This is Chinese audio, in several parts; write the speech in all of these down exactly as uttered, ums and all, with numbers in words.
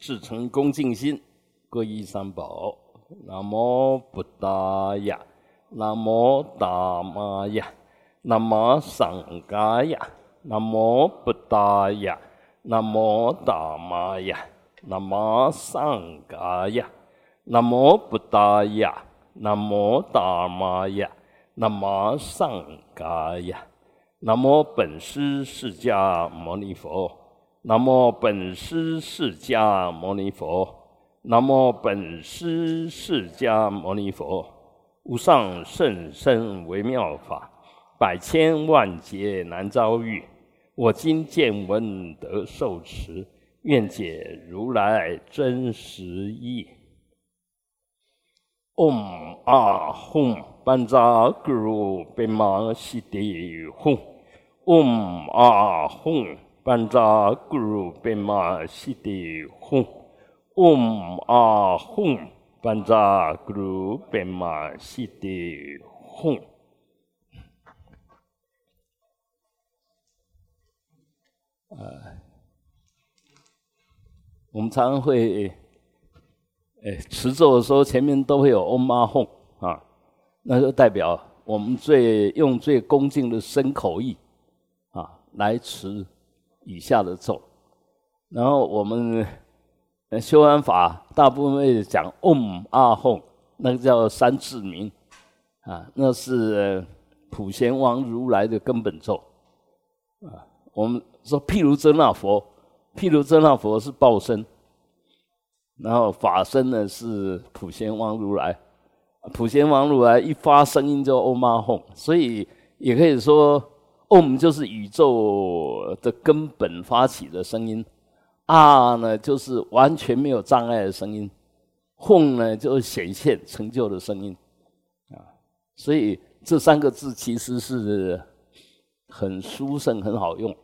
至诚恭敬心，皈依三宝。南无布达雅，南无达玛雅，南无桑伽雅，南无布达雅，南无达玛雅，南无桑伽雅，南无布达雅，南无达玛雅，南无桑伽雅。南无本师释迦牟尼佛，南无本师释迦牟尼佛，南无本师释迦牟尼佛。无上甚深微妙法，百千万劫难遭遇。我今见闻得受持，愿解如来真实义。Om Ahum Panca Guru Bema Siddhi Hum Om Ahum Panca Guru Bema Siddhi Hum Om Ahum Panca Guru Bema Siddhi Hum。呃，我们常常会。哎，持咒的时候前面都会有 Om Ahum 啊，那就代表我们最用最恭敬的身口意啊来持以下的咒。然后我们修完法，大部分会讲 Om Ahum， 那个叫三字名啊，那是普贤王如来的根本咒啊。我们说譬如遮那佛，譬如遮那佛是报身。然后法身呢是普贤王如来，普贤王如来一发声音就 Om Ahum， 所以也可以说 Om 就是宇宙的根本发起的声音，啊呢就是完全没有障碍的声音， Hum 呢就是显现成就的声音啊。所以这三个字其实是很殊胜很好用，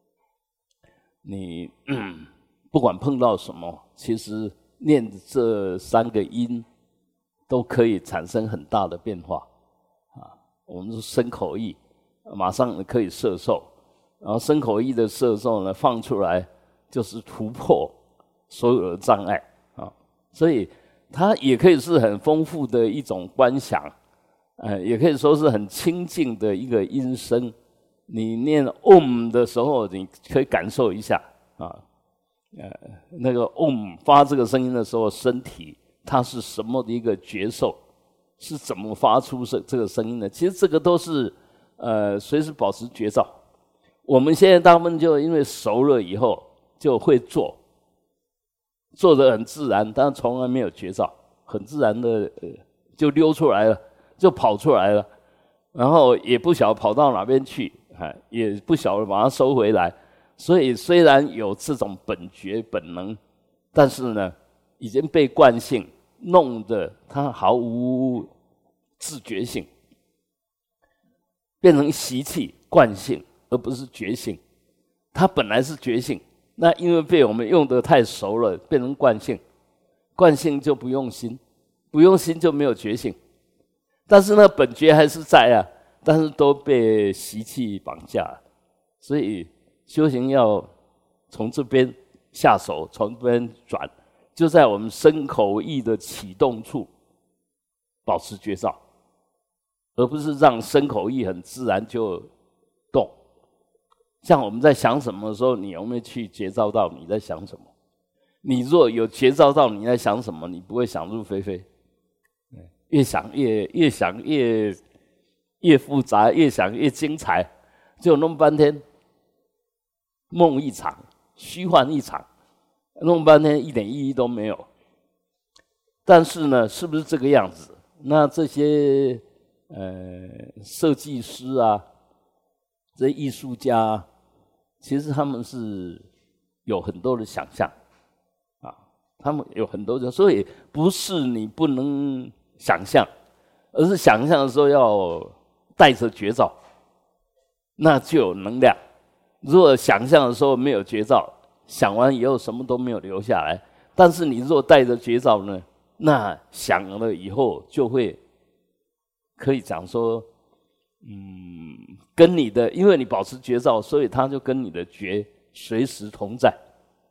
你、嗯、不管碰到什么，其实念这三个音都可以产生很大的变化啊！我们是身口意，马上可以摄受，然后身口意的摄受呢，放出来就是突破所有的障碍啊！所以它也可以是很丰富的一种观想，呃，也可以说是很清净的一个音声。你念 Om 的时候，你可以感受一下啊。呃，那个 Om 发这个声音的时候，身体它是什么的一个觉受，是怎么发出这这个声音的？其实这个都是呃随时保持觉照。我们现在大部分就因为熟了以后就会做，做得很自然，但从来没有觉照，很自然的、呃、就溜出来了，就跑出来了，然后也不晓得跑到哪边去，哎，也不晓得把它收回来。所以虽然有这种本觉本能，但是呢，已经被惯性弄得它毫无自觉性，变成习气惯性，而不是觉性。它本来是觉性，那因为被我们用得太熟了，变成惯性，惯性就不用心，不用心就没有觉性。但是呢，本觉还是在啊，但是都被习气绑架了，所以修行要从这边下手，从这边转，就在我们身口意的启动处保持觉照，而不是让身口意很自然就动。像我们在想什么的时候，你有没有去觉照到你在想什么？你若有觉照到你在想什么，你不会想入非非，越想越越想越越复杂，越想越精彩，就弄半天。梦一场，虚幻一场，弄半天一点意义都没有。但是呢，是不是这个样子？那这些呃设计师啊，这些艺术家啊，其实他们是有很多的想象啊，他们有很多的，所以不是你不能想象，而是想象的时候要带着觉照，那就有能量。如果想象的时候没有觉照，想完以后什么都没有留下来。但是你如果带着觉照呢，那想了以后就会可以讲说，嗯，跟你的，因为你保持觉照，所以它就跟你的觉随时同在。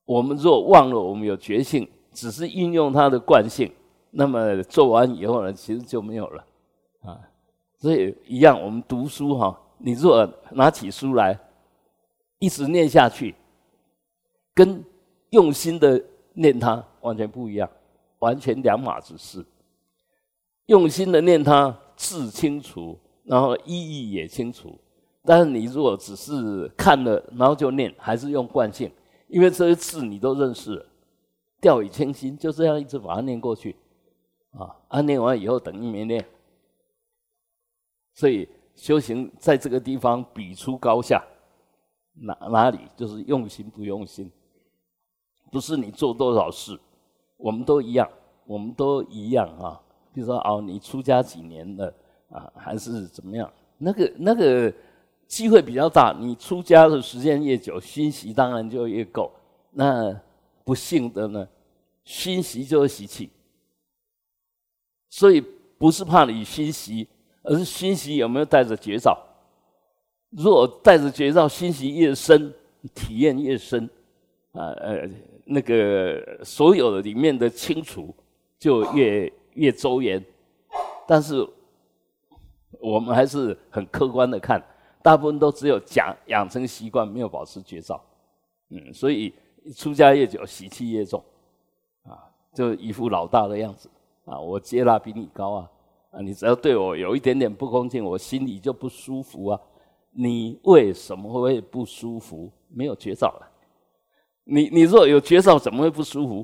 我们若忘了我们有觉性，只是运用它的惯性，那么做完以后呢，其实就没有了啊。所以一样，我们读书哈，你若拿起书来，一直念下去，跟用心的念它完全不一样，完全两码子事。用心的念它，字清楚，然后意义也清楚。但是你如果只是看了，然后就念，还是用惯性，因为这些字你都认识了，掉以轻心，就这样一直把它念过去，啊，啊念完以后等于没念。所以修行在这个地方比出高下，哪哪里就是用心不用心，不是你做多少事，我们都一样，我们都一样啊。比如说哦，你出家几年了啊，还是怎么样？那个那个。机会比较大，你出家的时间越久，熏习当然就越够。那不幸的呢，熏习就是习气，所以不是怕你熏习，而是熏习有没有带着觉照。如果带着觉照，熏习越深，体验越深，啊呃，那个所有的里面的清楚就越越周延。但是我们还是很客观的看。大部分都只有讲养成习惯，没有保持觉照，嗯，所以出家越久，习气越重，啊，就一副老大的样子，啊，我阶拉比你高啊，啊，你只要对我有一点点不恭敬，我心里就不舒服啊。你为什么会不舒服？没有觉照了。你你若有觉照，怎么会不舒服？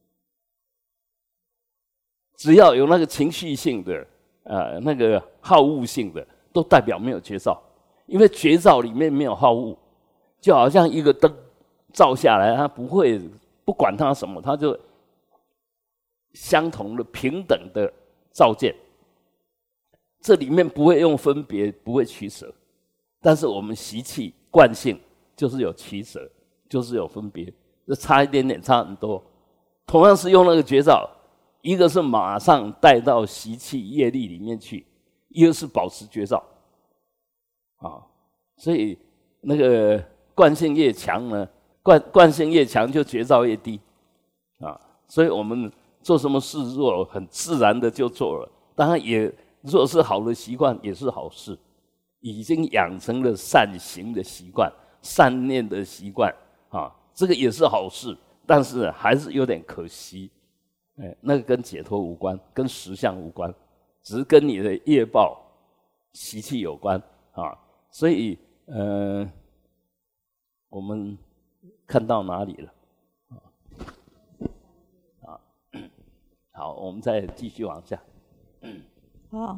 只要有那个情绪性的，呃，那个好恶性的，都代表没有觉照。因为觉照里面没有好恶，就好像一个灯照下来，它不会不管它什么，它就相同的平等的照见。这里面不会用分别，不会取舍。但是我们习气惯性就是有取舍，就是有分别，这差一点点，差很多。同样是用那个觉照，一个是马上带到习气业力里面去，一个是保持觉照。啊，所以那个惯性越强呢，惯惯性越强，就觉照越低，啊，所以我们做什么事，如果很自然的就做了，当然也如果是好的习惯，也是好事，已经养成了善行的习惯、善念的习惯，啊，这个也是好事，但是还是有点可惜，哎，那个跟解脱无关，跟实相无关，只是跟你的业报、习气有关，啊。所以，呃，我们看到哪里了？啊，好，我们再继续往下。 好，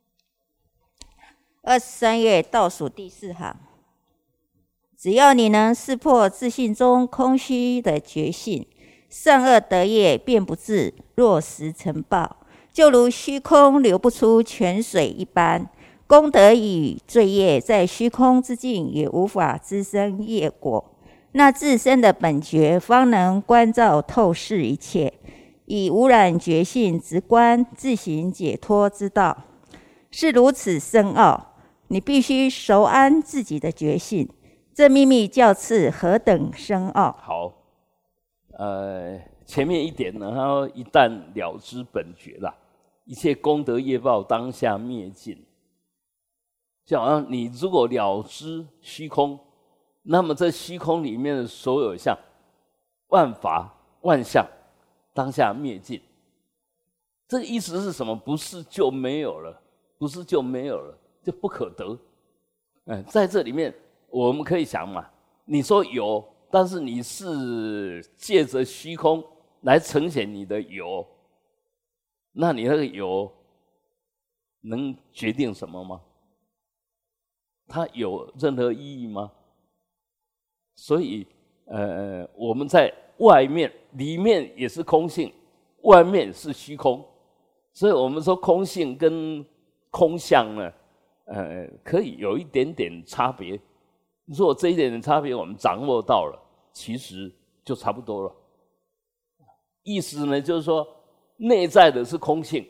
二十三页倒数第四行，只要你能识破自性中空虚的觉性，善恶得业便不至落实成报，就如虚空流不出泉水一般。功德与罪业在虚空之境也无法滋生业果，那自身的本觉方能观照透视一切，以无染觉性直观自行解脱之道，是如此深奥。你必须熟谙自己的觉性，这秘密教次何等深奥。 好，呃，前面一点呢，他一旦了知本觉啦，一切功德业报当下灭尽。就好像你如果了知虚空，那么这虚空里面的所有相、万法、万象，当下灭尽。这个意思是什么？不是就没有了，不是就没有了，就不可得。嗯，在这里面我们可以想嘛，你说有，但是你是借着虚空来呈现你的有，那你那个有能决定什么吗？它有任何意义吗？所以，呃，我们在外面、里面也是空性，外面是虚空，所以我们说空性跟空相呢，呃，可以有一点点差别。如果这一点点差别我们掌握到了，其实就差不多了。意思呢，就是说，内在的是空性，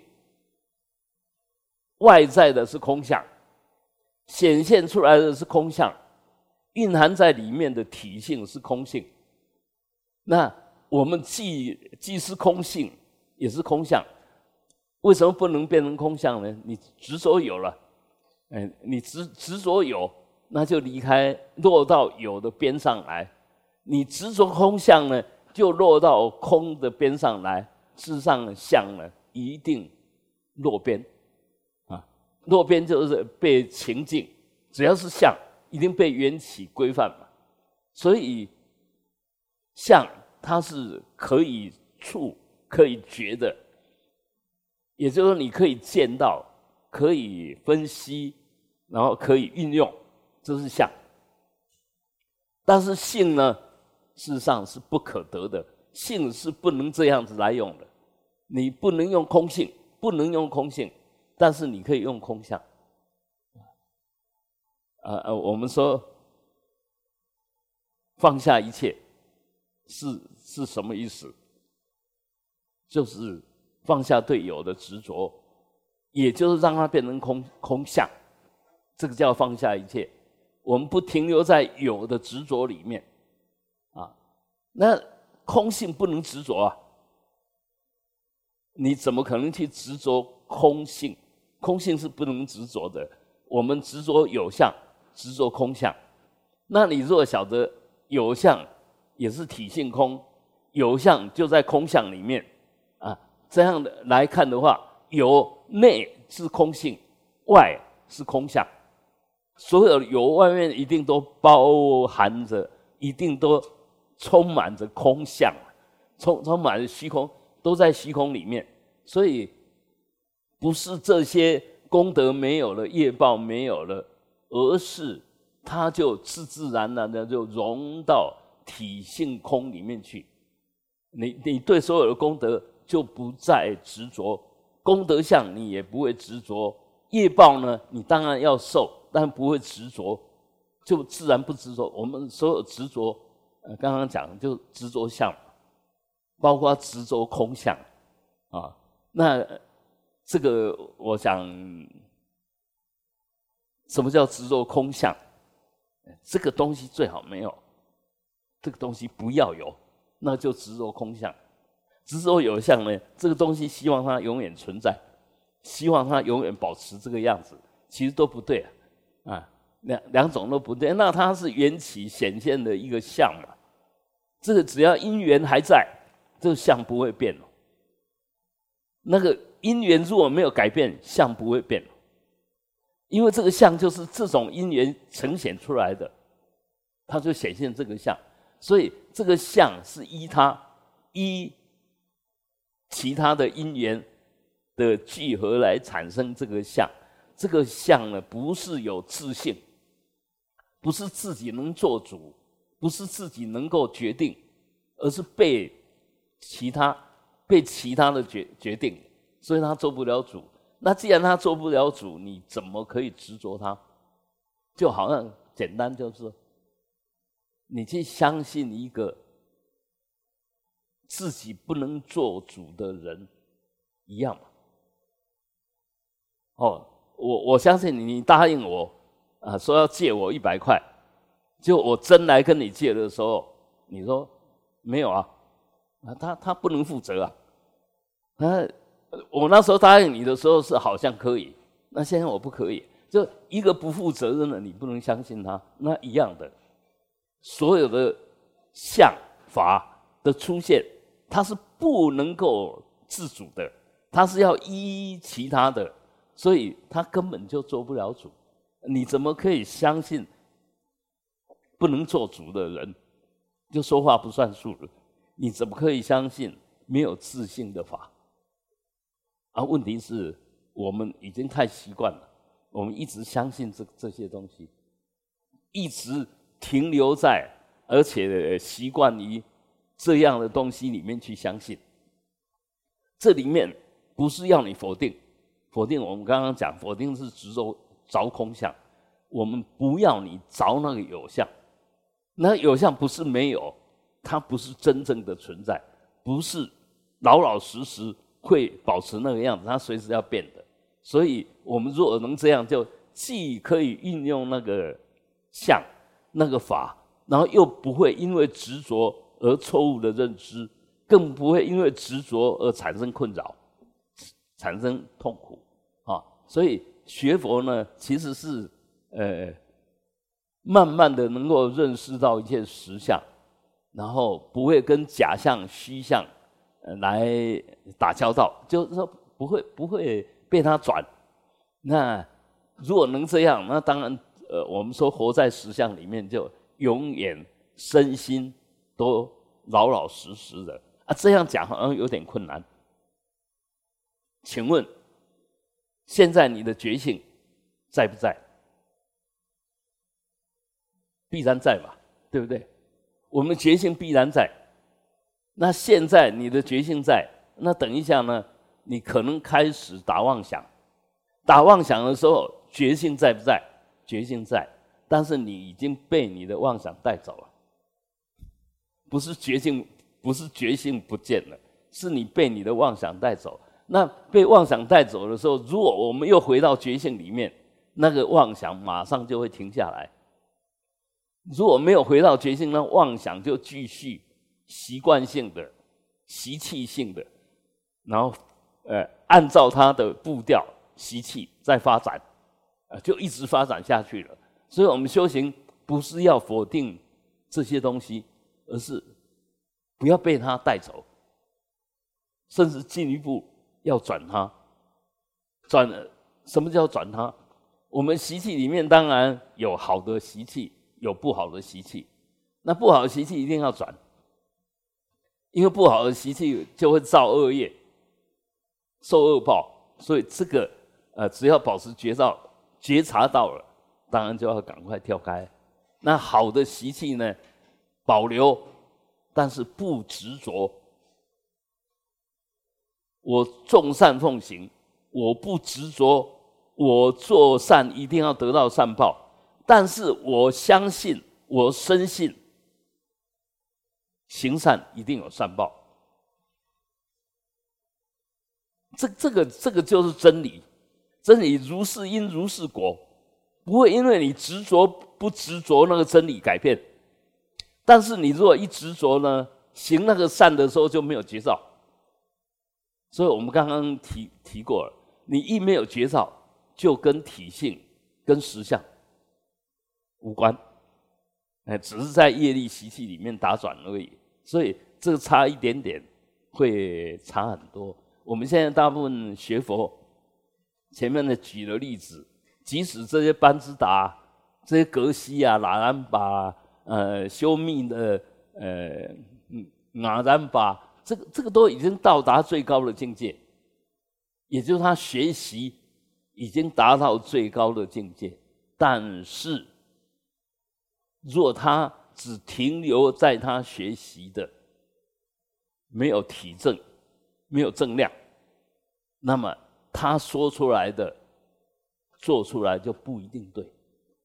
外在的是空相。显现出来的是空相，蕴含在里面的体性是空性。 那我们既既是空性，也是空相，为什么不能变成空相呢？你执着有了，哎，你执执着有，那就离开，落到有的边上来；你执着空相呢，就落到空的边上来。事实上，相呢一定落边啊，落边就是被情境，只要是相，一定被缘起规范嘛。所以，相它是可以触、可以觉的，也就是说，你可以见到、可以分析，然后可以运用，这是相。但是性呢，事实上是不可得的。性是不能这样子来用的，你不能用空性，不能用空性，但是你可以用空相。呃呃，我们说放下一切是是什么意思？就是放下对有的执着，也就是让它变成空空相，这个叫放下一切。我们不停留在有的执着里面啊，那空性不能执着啊，你怎么可能去执着空性？空性是不能执着的。我们执着有相，执着空相。那你若晓得有相也是体性空，有相就在空相里面啊，这样的来看的话，有内是空性，外是空相。所有有外面一定都包含着，一定都充满着空相，充充满着虚空，都在虚空里面。所以不是这些功德没有了，业报没有了，而是它就自自然然的就融到体性空里面去。你你对所有的功德就不再执着，功德相你也不会执着，业报呢你当然要受，但不会执着，就自然不执着。我们所有执着，呃，刚刚讲就执着相，包括执着空相啊。那这个我想，什么叫执着空相？这个东西最好没有，这个东西不要有，那就执着空相。执着有相呢，这个东西希望它永远存在，希望它永远保持这个样子，其实都不对啊，啊，两两种都不对。那它是缘起显现的一个相嘛，这个只要因缘还在，这个相不会变。那个因缘如果没有改变，相不会变，因为这个相就是这种因缘呈现出来的，它就显现这个相。所以这个相是依它依其他的因缘的聚合来产生这个相。这个相呢，不是有自性，不是自己能做主，不是自己能够决定，而是被其他被其他的决决定，所以他做不了主。那既然他做不了主，你怎么可以执着他？就好像简单就是你去相信一个自己不能做主的人一样嘛。哦，我我相信你，你答应我啊，说要借我一百块，就我真来跟你借的时候，你说没有啊，啊，他他不能负责啊。啊，我那时候答应你的时候是好像可以，那现在我不可以。就一个不负责任的，你不能相信他，那一样的。所有的相法的出现，它是不能够自主的，它是要依其他的，所以它根本就做不了主。你怎么可以相信不能做主的人就说话不算数了？你怎么可以相信没有自性的法？啊，问题是我们已经太习惯了，我们一直相信这这些东西，一直停留在，而且习惯于这样的东西里面去相信。这里面不是要你否定，否定我们刚刚讲，否定是执着着空相，我们不要你着那个有相，那有相不是没有，它不是真正的存在，不是老老实实会保持那个样子，它随时要变的。所以我们如果能这样，就既可以运用那个相、那个法，然后又不会因为执着而错误的认知，更不会因为执着而产生困扰、产生痛苦啊。所以学佛呢，其实是呃慢慢的能够认识到一切实相，然后不会跟假象、虚相呃来打交道，就是说不会不会被它转。那如果能这样，那当然呃我们说活在实相里面，就永远身心都老老实实的啊。这样讲好像有点困难。请问现在你的觉性在不在？必然在嘛，对不对？我们觉性必然在。那现在你的觉性在，那等一下呢，你可能开始打妄想。打妄想的时候，觉性在不在？觉性在，但是你已经被你的妄想带走了。不是觉性，不是觉性不见了，是你被你的妄想带走。那被妄想带走的时候，如果我们又回到觉性里面，那个妄想马上就会停下来。如果没有回到觉性，那妄想就继续习惯性的、习气性的，然后呃按照它的步调、习气再发展，呃就一直发展下去了。所以我们修行不是要否定这些东西，而是不要被它带走，甚至进一步要转它。转什么叫转它？我们习气里面当然有好的习气，有不好的习气。那不好的习气一定要转，因为不好的习气就会造恶业，受恶报。所以这个呃，只要保持觉照，觉察到了，当然就要赶快跳开。那好的习气呢，保留，但是不执着。我众善奉行，我不执着，我做善一定要得到善报，但是我相信，我深信，行善一定有善报。这这个这个就是真理，真理如是因如是果，不会因为你执着不执着那个真理改变。但是你如果一执着呢，行那个善的时候就没有觉照。所以我们刚刚提提过了，你一没有觉照，就跟体性、跟实相无关，哎，只是在业力习气里面打转而已。所以这个差一点点，会差很多。我们现在大部分学佛，前面的举了例子，即使这些班智达、这些格西啊、喇然巴、呃修密的呃喇然巴，这个这个都已经到达最高的境界，也就是他学习已经达到最高的境界。但是，如果他只停留在他学习的，没有体证，没有正量，那么他说出来的、做出来就不一定对。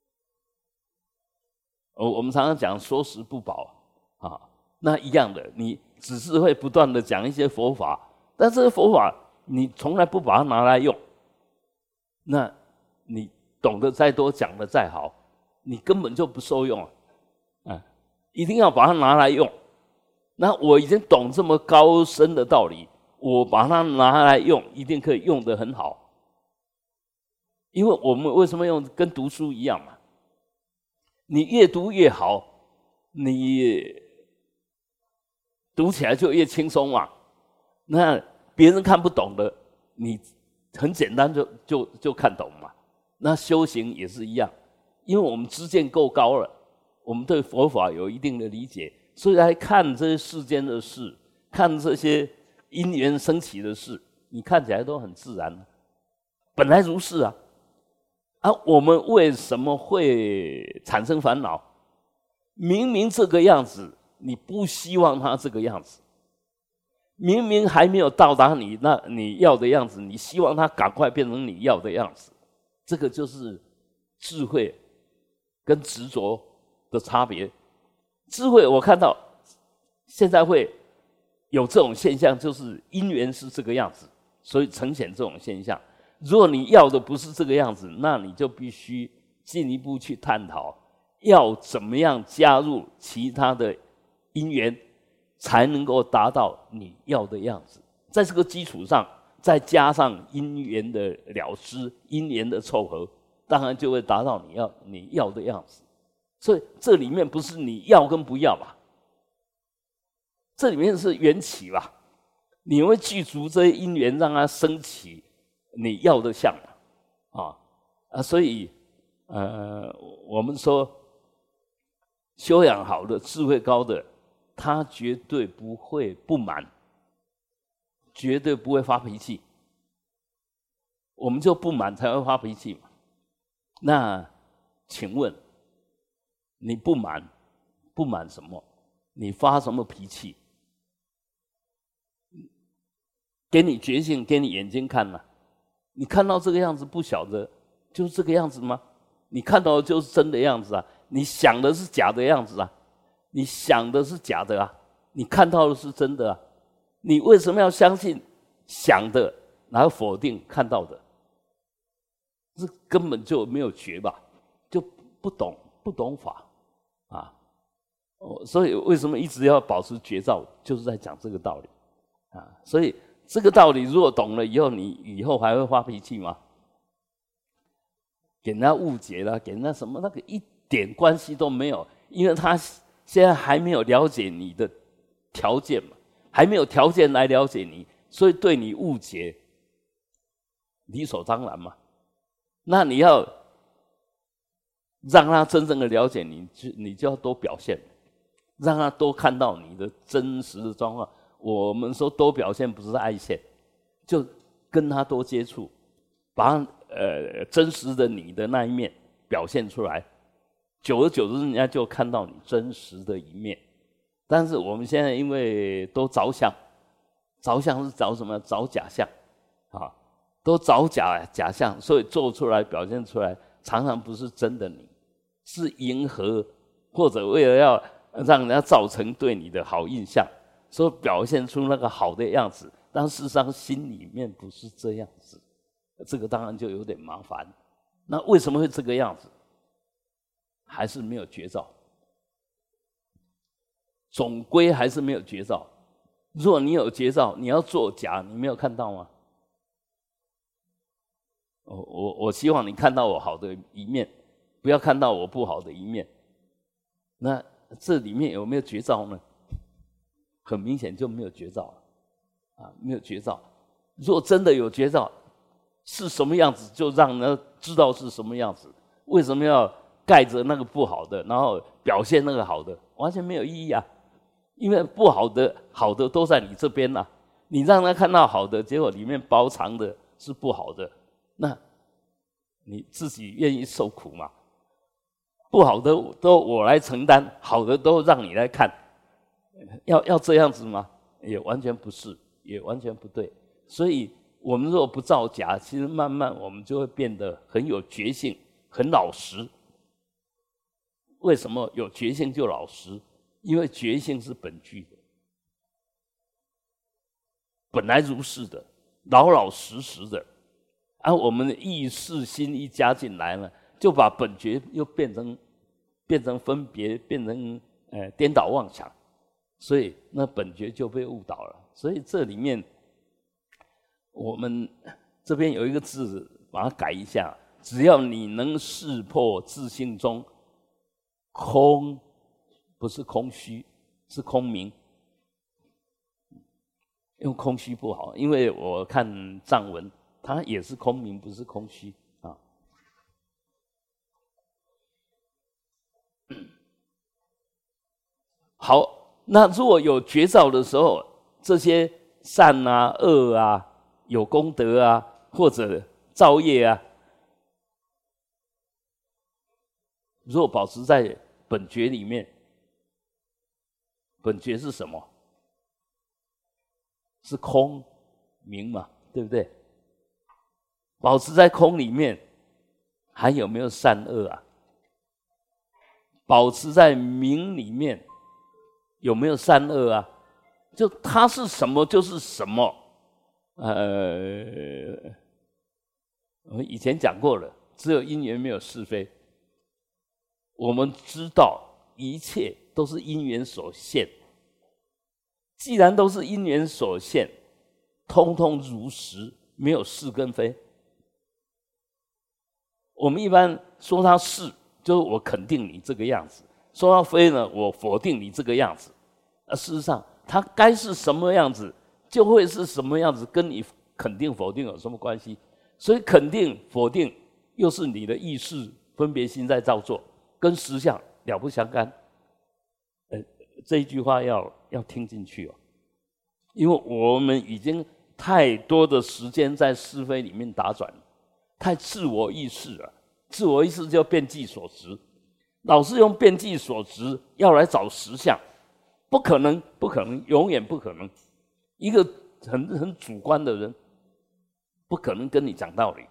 我我们常常讲说实不保啊，那一样的，你只是会不断的讲一些佛法，但这个佛法你从来不把它拿来用，那你懂得再多，讲得再好，你根本就不受用啊！啊，一定要把它拿来用。那我已经懂这么高深的道理，我把它拿来用，一定可以用得很好。因为我们为什么用跟读书一样嘛？你越读越好，你读起来就越轻松嘛。那别人看不懂的，你很简单就就就看懂嘛。那修行也是一样，因为我们知见够高了，我们对佛法有一定的理解，所以来看这些世间的事，看这些因缘升起的事，你看起来都很自然，本来如是啊。啊，我们为什么会产生烦恼？明明这个样子，你不希望它这个样子；明明还没有到达你那你要的样子，你希望它赶快变成你要的样子。这个就是智慧跟执着的差别。智慧，我看到现在会有这种现象，就是因缘是这个样子，所以呈现这种现象。如果你要的不是这个样子，那你就必须进一步去探讨，要怎么样加入其他的因缘， 才能够达到你要的样子。在这个基础上，再加上因缘的了知、因缘的凑合，当然就会达到你要你要的样子。所以这里面不是你要跟不要吧，这里面是缘起吧。你会具足这些因缘，让它升起你要的相啊啊！所以呃，我们说修养好的、智慧高的，他绝对不会不满，绝对不会发脾气。我们就不满才会发脾气嘛。那请问你不满，不满什么？你发什么脾气？给你觉性，给你眼睛看了、啊，你看到这个样子不晓得就是这个样子吗？你看到的就是真的样子啊，你想的是假的样子啊，你想的是假的啊，你看到的是真的啊，你为什么要相信想的，然后否定看到的？这根本就没有觉吧，就不懂不懂法啊！所以为什么一直要保持觉照，就是在讲这个道理啊！所以这个道理如果懂了以后，你以后还会发脾气吗？给人家误解了，给人家什么，那个一点关系都没有，因为他现在还没有了解你的条件嘛，还没有条件来了解你，所以对你误解理所当然嘛。那你要让他真正的了解你，就你就要多表现，让他多看到你的真实的状况。我们说多表现不是爱现，就跟他多接触，把他呃真实的你的那一面表现出来，久而久之人家就看到你真实的一面。但是我们现在因为都着相，着相是着什么？着假象啊，都着假假象，所以做出来表现出来常常不是真的你，是迎合或者为了要让人家造成对你的好印象，所以表现出那个好的样子，但事实上心里面不是这样子，这个当然就有点麻烦。那为什么会这个样子？还是没有觉照，总归还是没有觉照。如果你有觉照，你要做假，你没有看到吗？我我我希望你看到我好的一面，不要看到我不好的一面。那这里面有没有觉照呢？很明显就没有觉照了啊，没有觉照。如果真的有觉照，是什么样子就让人知道是什么样子。为什么要盖着那个不好的，然后表现那个好的？完全没有意义啊！因为不好的、好的都在你这边啊。你让他看到好的，结果里面包藏的是不好的，那你自己愿意受苦吗？不好的都我来承担，好的都让你来看，要要这样子吗？也完全不是，也完全不对。所以我们如果不造假，其实慢慢我们就会变得很有觉性，很老实。为什么有觉性就老实？因为觉性是本具的，本来如是的，老老实实的。而、啊、我们的意识心一加进来了，就把本觉又变成变成分别，变成呃颠倒妄想，所以那本觉就被误导了。所以这里面我们这边有一个字，把它改一下，只要你能识破自性中空，不是空虚，是空明。用空虚不好，因为我看藏文，它也是空明，不是空虚啊。好，那如果有觉照的时候，这些善啊、恶啊、有功德啊，或者造业啊，如果保持在本觉里面，本觉是什么？是空明嘛，对不对？保持在空里面，还有没有善恶啊？保持在明里面，有没有善恶啊？就它是什么就是什么。呃，我以前讲过了，只有因缘没有是非。我们知道一切都是因缘所现， 既然都是因缘所现，通通如实，没有是跟非。我们一般说它是，就是我肯定你这个样子；说它非呢，我否定你这个样子。而事实上，它该是什么样子，就会是什么样子，跟你肯定否定有什么关系？所以肯定否定又是你的意识分别心在造作，跟实相了不相干。呃，这一句话要要听进去哦，因为我们已经太多的时间在是非里面打转，太自我意识了。自我意识叫遍计所执，老是用遍计所执要来找实相，不可能，不可能，永远不可能。一个很很主观的人，不可能跟你讲道理。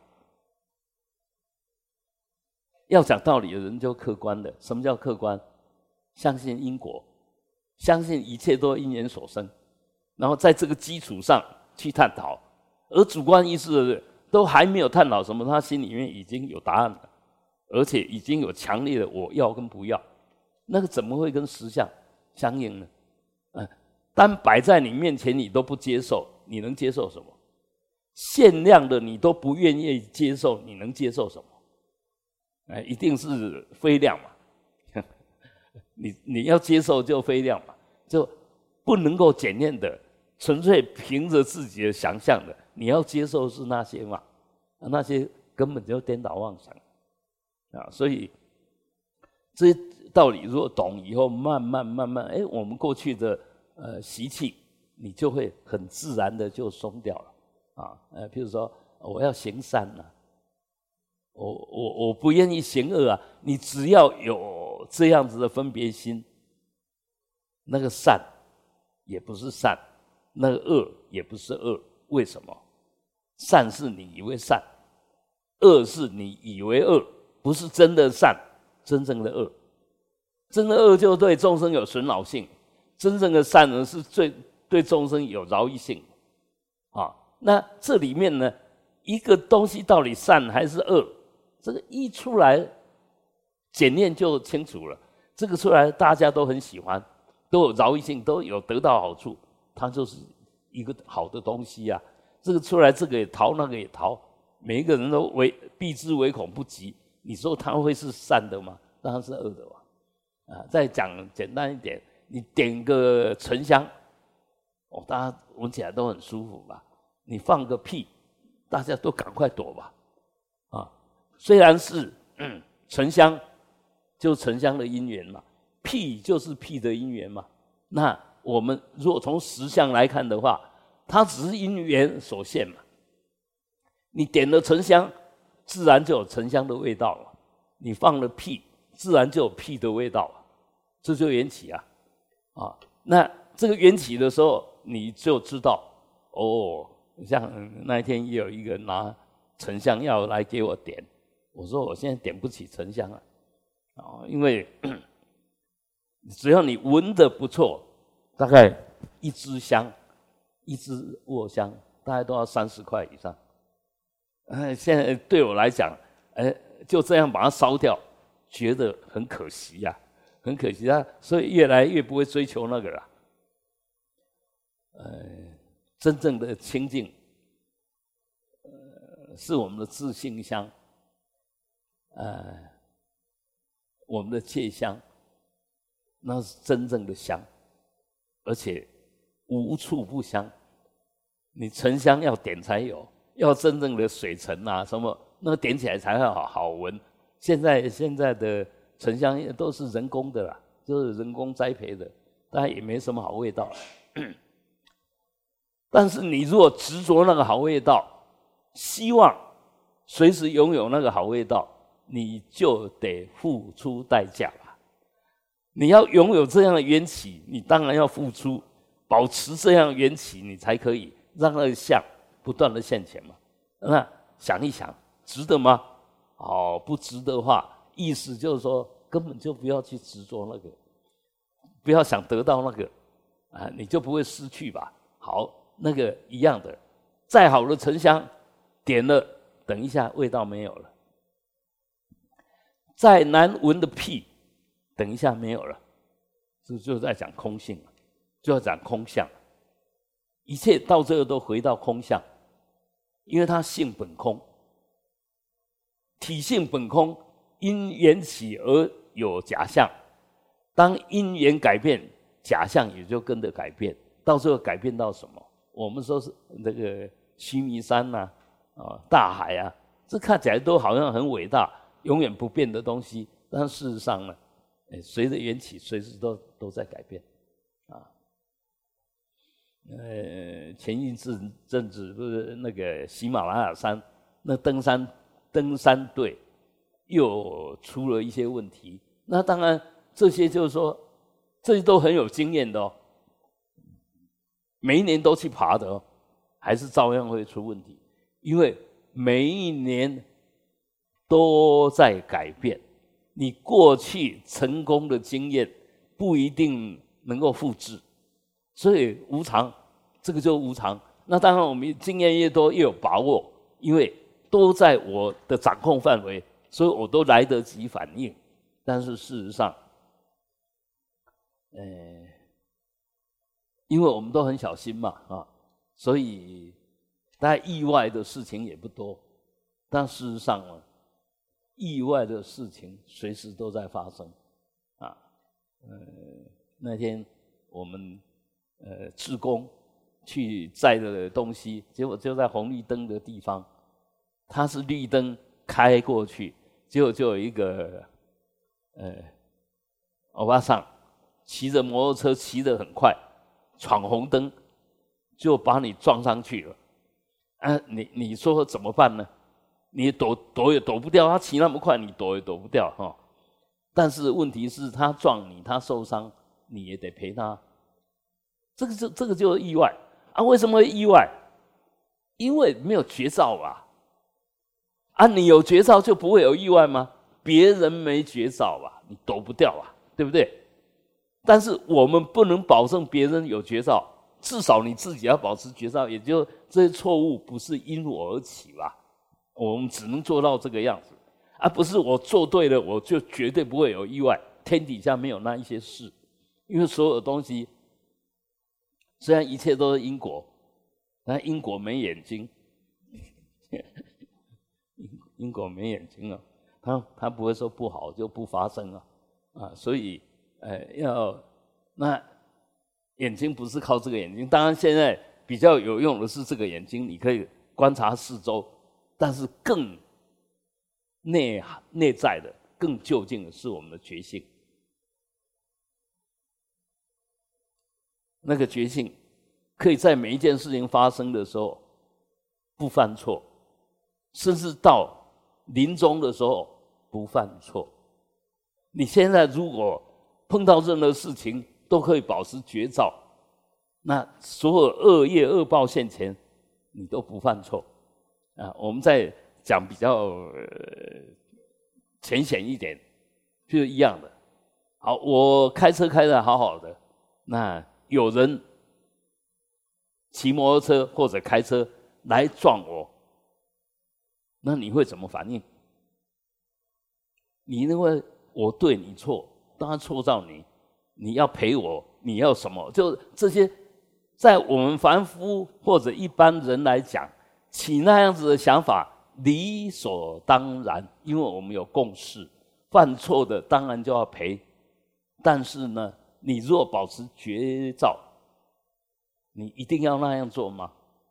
要讲道理的人就客观的。什么叫客观？相信因果，相信一切都因缘所生，然后在这个基础上去探讨。而主观意识的人都还没有探讨什么，他心里面已经有答案了，而且已经有强烈的我要跟不要，那个怎么会跟实相相应呢？嗯，单摆在你面前你都不接受，你能接受什么？限量的你都不愿意接受，你能接受什么？哎，一定是非量嘛。你你要接受就非量嘛，就不能够检验的，纯粹凭着自己的想象的，你要接受是那些嘛，那些根本就颠倒妄想啊！所以这些道理如果懂以后，慢慢慢慢，哎，我们过去的呃习气，你就会很自然的就松掉了啊。呃，譬如说我要行善啊，我我我不愿意行恶啊，你只要有这样子的分别心，那个善也不是善，那个恶也不是恶。为什么？善是你以为善，恶是你以为恶，不是真的善，真正的恶。真的恶就对众生有损恼性，真正的善呢是最对众生有饶益性啊。那这里面呢，一个东西到底善还是恶，这个一出来检验就清楚了。这个出来大家都很喜欢，都有饶益性，都有得到好处，它就是一个好的东西啊。这个出来这个也逃，那个也逃，每一个人都唯避之唯恐不及。你说它会是善的吗？当然是恶的嘛。啊，再讲简单一点，你点个沉香，哦，大家闻起来都很舒服吧？你放个屁，大家都赶快躲吧。啊，虽然是嗯沉香，就沉香的因缘嘛，屁就是屁的因缘嘛。那我们如果从实相来看的话，它只是因缘所现嘛。你点了沉香，自然就有沉香的味道了；你放了屁，自然就有屁的味道了。这就缘起啊，啊，那这个缘起的时候，你就知道哦。像那一天也有一个人拿沉香药来给我点，我说我现在点不起沉香啊，啊，因为只要你闻得不错，大概一支香、一支卧香，大概都要三十块以上。哎，现在对我来讲，哎，就这样把它烧掉，觉得很可惜呀、啊。很可惜啊，所以越来越不会追求那个了。呃，真正的清净，呃，是我们的自性香，呃，我们的戒香，那是真正的香，而且无处不香。你沉香要点才有，要真正的水沉啊什么，那个点起来才会好好闻。现在现在的沉香都是人工的啦，就是人工栽培的，当然也没什么好味道。但是你如果执着那个好味道，希望随时拥有那个好味道，你就得付出代价吧。你要拥有这样的缘起，你当然要付出，保持这样的缘起，你才可以让那个相不断的现前嘛。那想一想，值得吗？哦，不值得的话，意思就是说，根本就不要去执着那个，不要想得到那个，啊，你就不会失去吧。好，那个一样的，再好的沉香，点了，等一下味道没有了；再难闻的屁，等一下没有了。这就在讲空性，就要讲空相。 一切到这个都回到空相，因为它性本空，体性本空，因缘起而有假象。当因缘改变，假象也就跟着改变。到最后改变到什么？我们说是那个须弥山呐、啊，啊，大海啊，这看起来都好像很伟大、永远不变的东西，但事实上呢，随着缘起，随时都都在改变。呃，前一阵阵子不是那个喜马拉雅山那登山登山队又出了一些问题，那当然这些就是说这些都很有经验的哦，每一年都去爬的哦，还是照样会出问题，因为每一年都在改变，你过去成功的经验不一定能够复制。所以无常，这个就无常。那当然，我们经验越多越有把握，因为都在我的掌控范围，所以我都来得及反应。但是事实上，呃，因为我们都很小心嘛，啊，所以大概意外的事情也不多。但事实上呢，意外的事情随时都在发生，啊，呃，那天我们。呃，志工去载的东西，结果就在红绿灯的地方，它是绿灯开过去，结果就有一个呃欧巴桑骑着摩托车骑得很快，闯红灯就把你撞上去了。啊，你你说怎么办呢？你躲躲也躲不掉，他骑那么快，你躲也躲不掉哈。但是问题是，他撞你，他受伤，你也得赔他。这个就这个就是意外啊！为什么会意外？因为没有绝招吧？啊，你有绝招就不会有意外吗？别人没绝招吧，你躲不掉啊，对不对？但是我们不能保证别人有绝招，至少你自己要保持绝招，也就这些错误不是因我而起吧？我们只能做到这个样子，而不是我做对了我就绝对不会有意外。天底下没有那一些事，因为所有的东西。虽然一切都是因果，但因果没眼睛，因果没眼睛啊，他他不会说不好就不发生啊，啊，所以呃要那眼睛不是靠这个眼睛，当然现在比较有用的是这个眼睛，你可以观察四周，但是更内内在的、更究竟的是我们的觉性。那个觉性可以在每一件事情发生的时候不犯错，甚至到临终的时候不犯错。你现在如果碰到任何事情都可以保持绝招，那所有恶业恶报现前你都不犯错啊。我们再讲比较呃浅显一点，就是一样的。好，我开车开得好好的，那有人骑摩托车或者开车来撞我，那你会怎么反应？你认为我对你错，当然错到你，你要赔我，你要什么？就这些，在我们凡夫或者一般人来讲，起那样子的想法理所当然，因为我们有共识，犯错的当然就要赔。但是呢，你若保持绝招，你一定要那样做吗？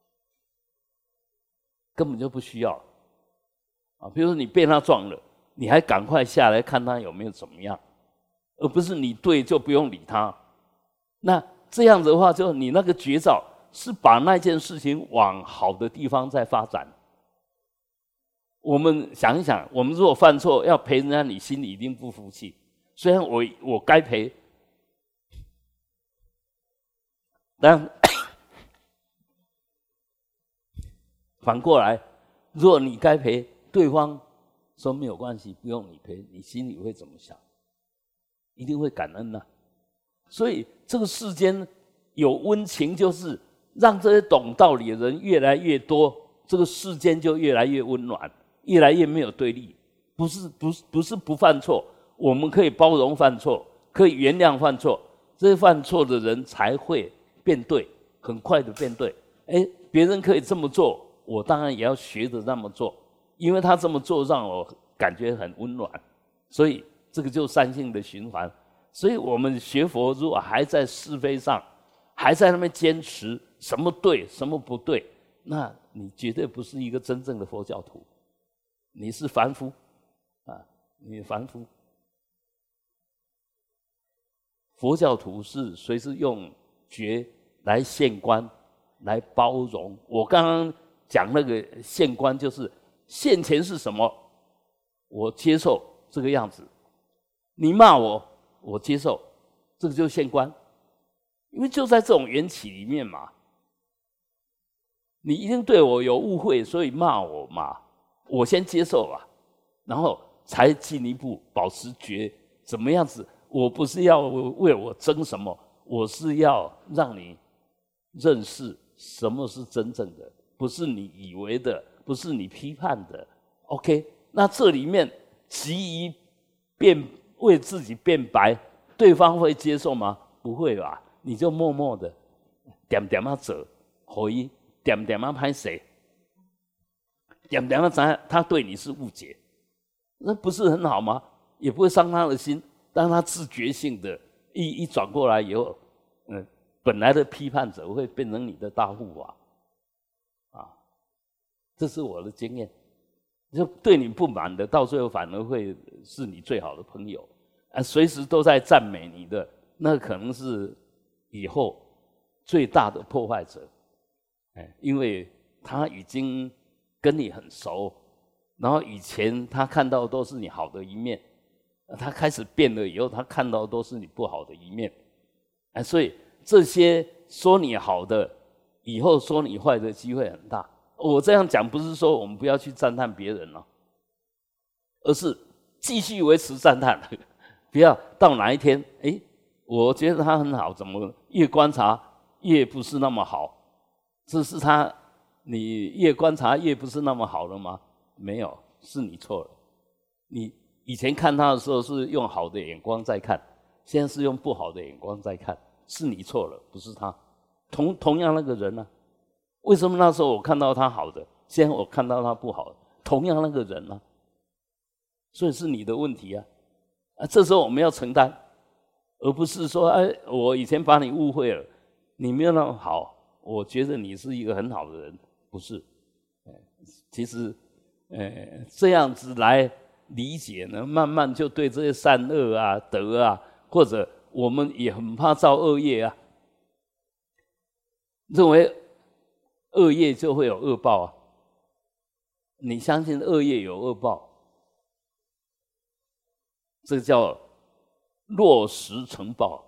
根本就不需要啊！比如说你被他撞了，你还赶快下来看他有没有怎么样，而不是你对就不用理他。那这样子的话，就你那个绝招是把那件事情往好的地方在发展。我们想一想，我们如果犯错要赔人家，你心里一定不服气。虽然我我该赔，但反过来，如果你该赔，对方说没有关系，不用你赔，你心里会怎么想？一定会感恩呐、啊。所以这个世间有温情，就是让这些懂道理的人越来越多，这个世间就越来越温暖，越来越没有对立。不是不是不是不犯错，我们可以包容犯错，可以原谅犯错，这些犯错的人才会变对， 很快的变对。哎，别人可以这么做，我当然也要学着那么做，因为他这么做让我感觉很温暖，所以这个就是善性的循环。所以我们学佛如果还在是非上，还在那边坚持什么对什么不对，那你绝对不是一个真正的佛教徒，你是凡夫啊，你是凡夫。佛教徒是随时用觉来现观，来包容。我刚刚讲那个现观，就是现前是什么，我接受这个样子。你骂我，我接受，这个就是现观。因为就在这种缘起里面嘛，你一定对我有误会，所以骂我嘛，我先接受吧，然后才进一步保持觉，怎么样子？我不是要为我争什么，我是要让你认识什么是真正的，不是你以为的，不是你批判的。OK， 那这里面急于辩为自己辩白，对方会接受吗？不会吧？你就默默的点点啊走，回忆点点啊拍谁，点点啊咱他对你是误解，那不是很好吗？也不会伤他的心。当他自觉性的一一转过来以后，嗯，本来的批判者会变成你的大护法，啊，这是我的经验。就对你不满的，到最后反而会是你最好的朋友，啊，随时都在赞美你的，那可能是以后最大的破坏者，哎，因为他已经跟你很熟，然后以前他看到都是你好的一面。他开始变了以后，他看到都是你不好的一面，哎，所以这些说你好的，以后说你坏的机会很大。我这样讲不是说我们不要去赞叹别人了，而是继续维持赞叹，不要到哪一天，哎，我觉得他很好，怎么越观察越不是那么好？这是他，你越观察越不是那么好了吗？没有，是你错了，你。以前看他的时候是用好的眼光在看，现在是用不好的眼光在看，是你错了，不是他。同同样那个人呢、啊，为什么那时候我看到他好的，现在我看到他不好的？同样那个人呢、啊，所以是你的问题啊！啊，这时候我们要承担，而不是说，哎，我以前把你误会了，你没有那么好，我觉得你是一个很好的人，不是？其实，呃，这样子来。理解呢，慢慢就对这些善恶啊、德啊，或者我们也很怕造恶业啊，认为恶业就会有恶报啊。你相信恶业有恶报，这叫落实成报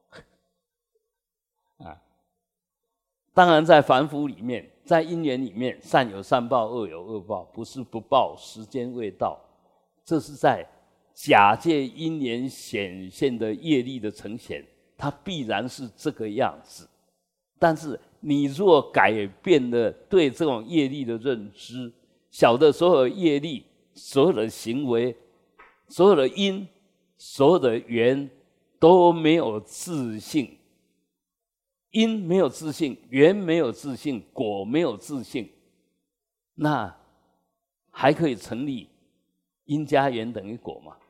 啊。当然，在凡夫里面，在因缘里面，善有善报，恶有恶报，不是不报，时间未到。这是在假借因缘显现的业力的呈现，它必然是这个样子。但是你若改变了对这种业力的认知，晓得所有业力、所有的行为、所有的因、所有的缘都没有自性，因没有自性，缘没有自性，果没有自性，那还可以成立因加缘等于果嘛？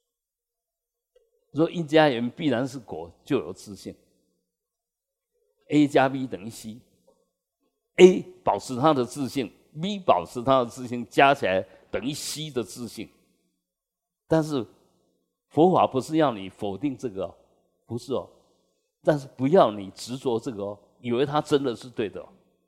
若因加缘必然是果，就有自性。A 加 B 等于 C，A 保持它的自性 ，B 保持它的自性，加起来等于 C 的自性。但是佛法不是要你否定这个哦，不是哦，但是不要你执着这个哦，以为它真的是对的哦。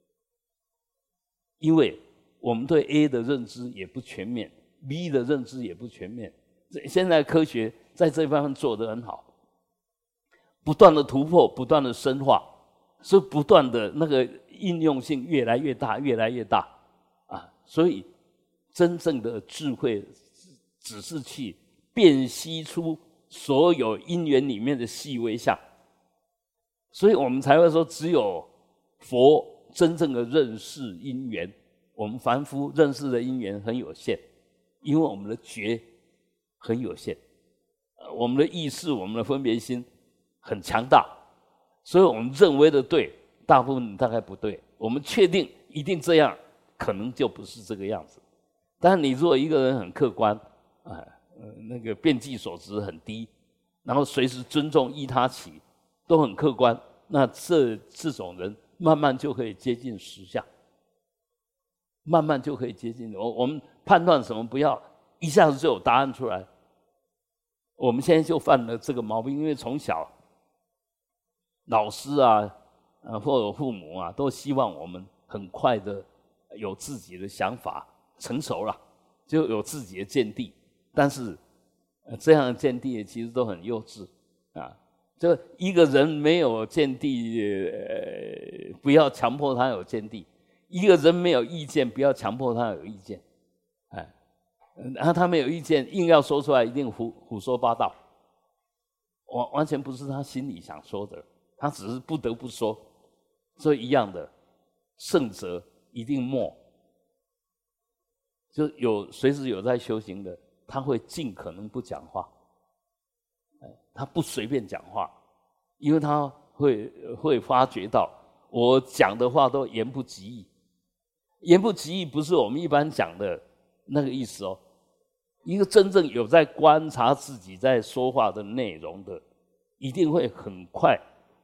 因为我们对 A 的认知也不全面。B 的认知也不全面，现在科学在这方面做得很好，不断的突破，不断的深化，所以不断的那个应用性越来越大，越来越大啊！所以真正的智慧只是去辨析出所有因缘里面的细微相，所以我们才会说，只有佛真正的认识因缘，我们凡夫认识的因缘很有限。因为我们的觉很有限，我们的意识、我们的分别心很强大，所以我们认为的对， 大部分大概不对。我们确定一定这样，可能就不是这个样子。但是你如果一个人很客观，啊、呃，那个遍计所值很低，然后随时尊重依他起，都很客观，那这这种人慢慢就可以接近实相，慢慢就可以接近。我我们判断什么不要一下子就有答案出来。我们现在就犯了这个毛病，因为从小老师啊，呃或者父母啊，都希望我们很快的有自己的想法，成熟了就有自己的见地。但是，呃，这样的见地其实都很幼稚啊。就一个人没有见地，呃，不要强迫他有见地；一个人没有意见，不要强迫他有意见。哎，然后他没有意见，硬要说出来，一定胡胡说八道，完完全不是他心里想说的，他只是不得不说。所以一样的，圣者一定默，就有随时有在修行的，他会尽可能不讲话，他不随便讲话，因为他会会发觉到我讲的话都言不及义。言不及义不是我们一般讲的那个意思哦。一个真正有在观察自己在说话的内容的，一定会很快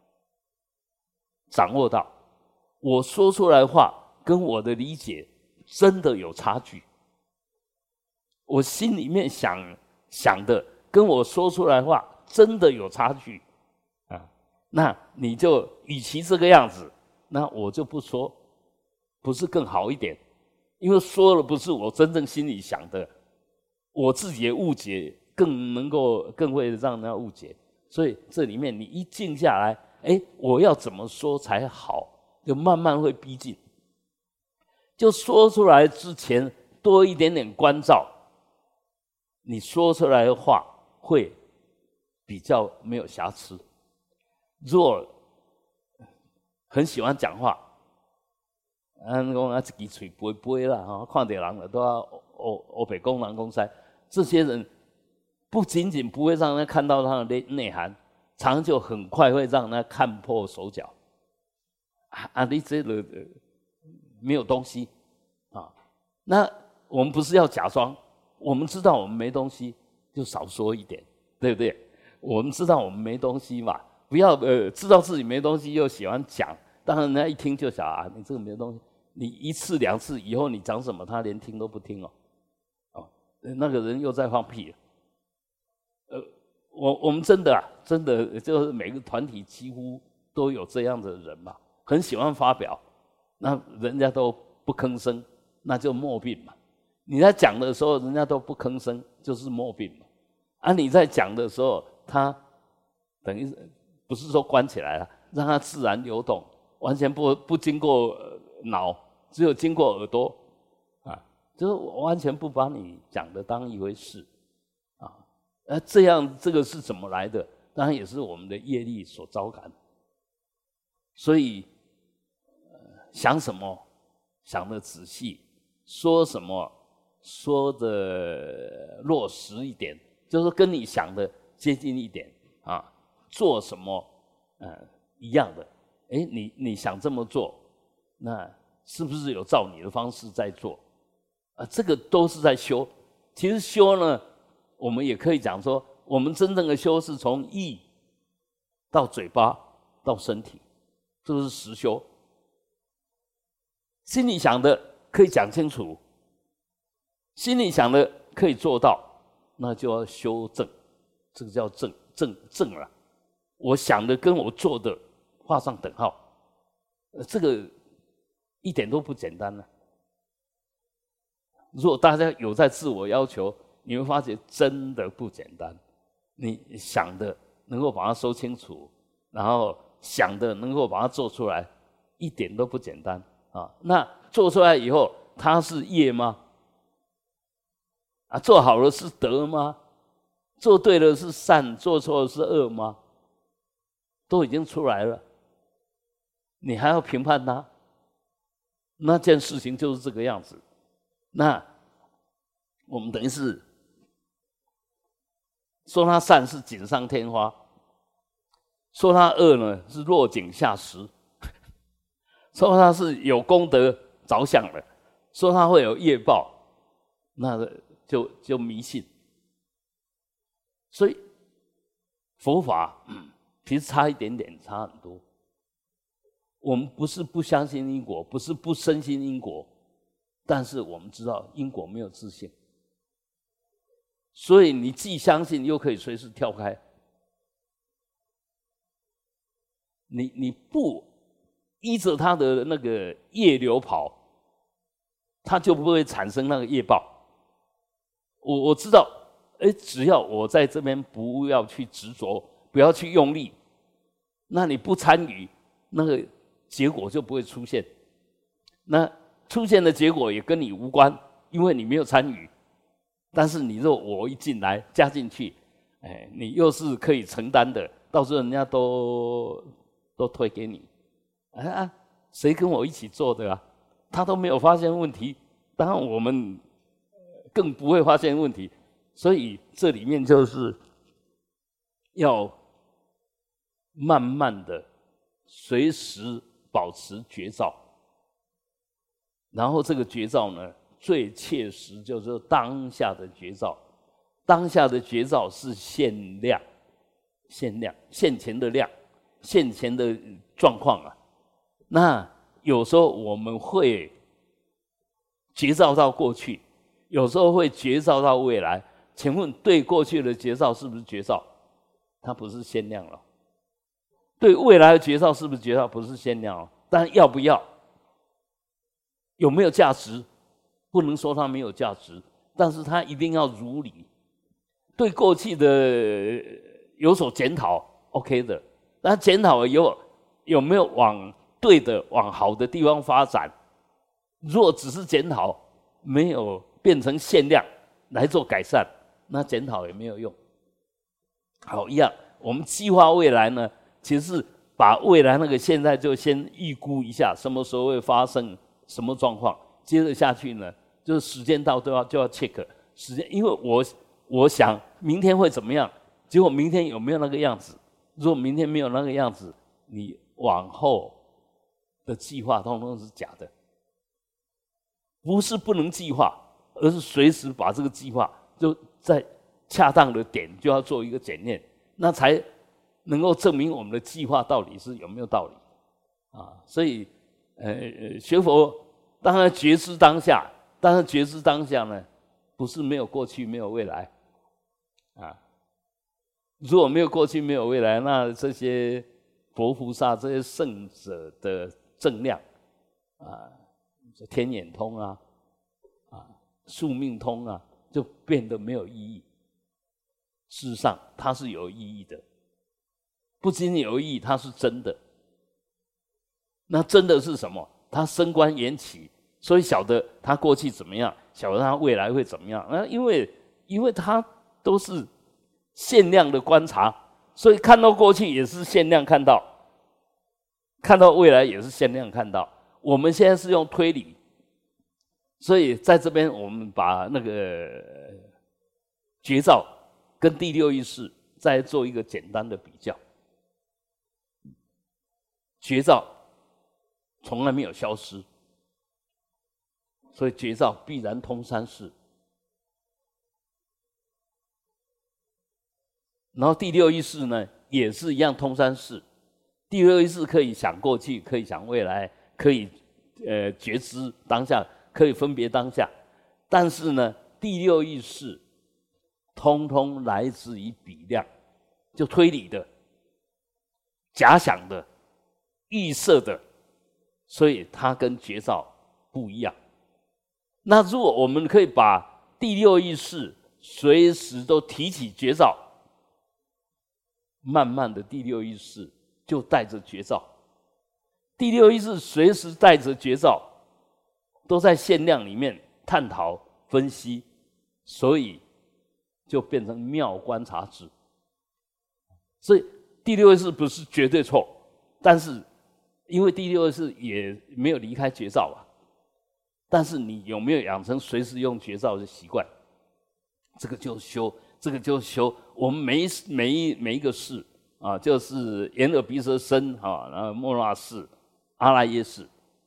掌握到我说出来的话跟我的理解真的有差距，我心里面想想的跟我说出来的话真的有差距啊，那你就与其这个样子，那我就不说，不是更好一点？因为说了不是我真正心里想的，我自己的误解更能够更会让人家误解。所以这里面你一静下来，哎，我要怎么说才好，就慢慢会逼近。就说出来之前多一点点关照，你说出来的话会比较没有瑕疵。如果很喜欢讲话，咱讲啊一支嘴飞飞啦，哈，看到人了都要欧欧北公人公塞，这些人不仅仅不会让人看到他的内内涵，常就很快会让人看破手脚。啊，啊你这个没有东西啊，那我们不是要假装，我们知道我们没东西，就少说一点，对不对？我们知道我们没东西嘛，不要呃知道自己没东西又喜欢讲，当然人家一听就想啊，你这个没东西，你一次两次以后你讲什么他连听都不听哦，哦，那个人又在放屁了。呃，我我们真的啊，真的就是每个团体几乎都有这样的人嘛，很喜欢发表，那人家都不吭声，那就默病嘛。你在讲的时候，人家都不吭声，就是默病嘛。啊，你在讲的时候，他等于不是说关起来了，让它自然流动，完全不不经过脑，只有经过耳朵啊，就是完全不把你讲的当一回事啊。呃，这样这个是怎么来的？当然也是我们的业力所招感。所以，呃，想什么想得仔细，说什么说的落实一点，就是跟你想的接近一点啊。做什么，呃，一样的。哎，你你想这么做，那是不是有照你的方式在做？啊，这个都是在修。其实修呢，我们也可以讲说，我们真正的修是从意到嘴巴到身体，这是实修。心里想的可以讲清楚，心里想的可以做到，那就要修正，这个叫正正正了。我想的跟我做的画上等号，呃，这个一点都不简单呢。如果大家有在自我要求，你会发觉真的不简单。你想的能够把它说清楚，然后想的能够把它做出来，一点都不简单啊。那做出来以后，它是业吗？啊，做好了是德吗？做对了是善，做错了是恶吗？都已经出来了，你还要评判它？那件事情就是这个样子。那我们等于是说它善是锦上添花，说它恶呢是落井下石。 说他是有功德着想的，说他会有业报，那就就迷信。所以佛法、嗯、其实差一点点，差很多。我们不是不相信因果，不是不深信因果，但是我们知道因果没有自性，所以你既相信又可以随时跳开。你你不依着他的那个业流跑，他就不会产生那个业报。我我知道，哎，只要我在这边不要去执着，不要去用力，那你不参与，那个结果就不会出现。那出现的结果也跟你无关，因为你没有参与。但是你若我一进来加进去，哎，你又是可以承担的，到时候人家都都推给你。啊，谁跟我一起做的啊？他都没有发现问题，当然我们更不会发现问题。所以这里面就是要慢慢的随时保持觉照，然后这个觉照呢，最切实就是当下的觉照。当下的觉照是现量，现量，现前的量，现前的状况啊。那有时候我们会觉照到过去，有时候会觉照到未来。请问对过去的觉照是不是觉照？它不是限量了。对未来的觉照是不是觉照？不是限量了。但要不要？有没有价值？不能说它没有价值，但是它一定要如理。对过去的有所检讨 ，OK 的。但检讨有有没有往对的、往好的地方发展？若只是检讨，没有变成限量来做改善，那检讨也没有用。好，一样，我们计划未来呢，其实是把未来那个现在就先预估一下，什么时候会发生什么状况，接着下去呢，就是时间到都要就要 check 时间，因为我我想明天会怎么样，结果明天有没有那个样子？如果明天没有那个样子，你往后的计划通通是假的。不是不能计划，而是随时把这个计划就在恰当的点就要做一个检验，那才能够证明我们的计划到底是有没有道理啊。所以呃学佛当然觉知当下，但是觉知当下呢，不是没有过去没有未来啊。如果没有过去没有未来，那这些佛菩萨这些圣者的正量啊，天眼通啊，啊，宿命通啊，就变得没有意义。事实上，它是有意义的，不仅有意义，它是真的。那真的是什么？它升观缘起，所以晓得它过去怎么样，晓得它未来会怎么样。那因为因为它都是限量的观察，所以看到过去也是限量看到，看到未来也是限量看到。我们现在是用推理，所以在这边我们把那个觉照跟第六意识再做一个简单的比较。觉照从来没有消失，所以觉照必然通三世。然后第六意识呢，也是一样通三世。第六意识可以想过去，可以想未来，可以呃觉知当下，可以分别当下。但是呢，第六意识通通来自于比量，就推理的、假想的、预设的，所以它跟觉照不一样。那如果我们可以把第六意识随时都提起觉照，慢慢的第六意识就带着觉照，第六意识随时带着觉照，都在限量里面探讨分析，所以就变成妙观察智。所以第六意识不是绝对错，但是因为第六意识也没有离开觉照啊，但是你有没有养成随时用觉照的习惯？这个就修，这个就修。我们每一每一每一个事啊，就是眼耳鼻舌身啊，然后末那识、阿赖耶识，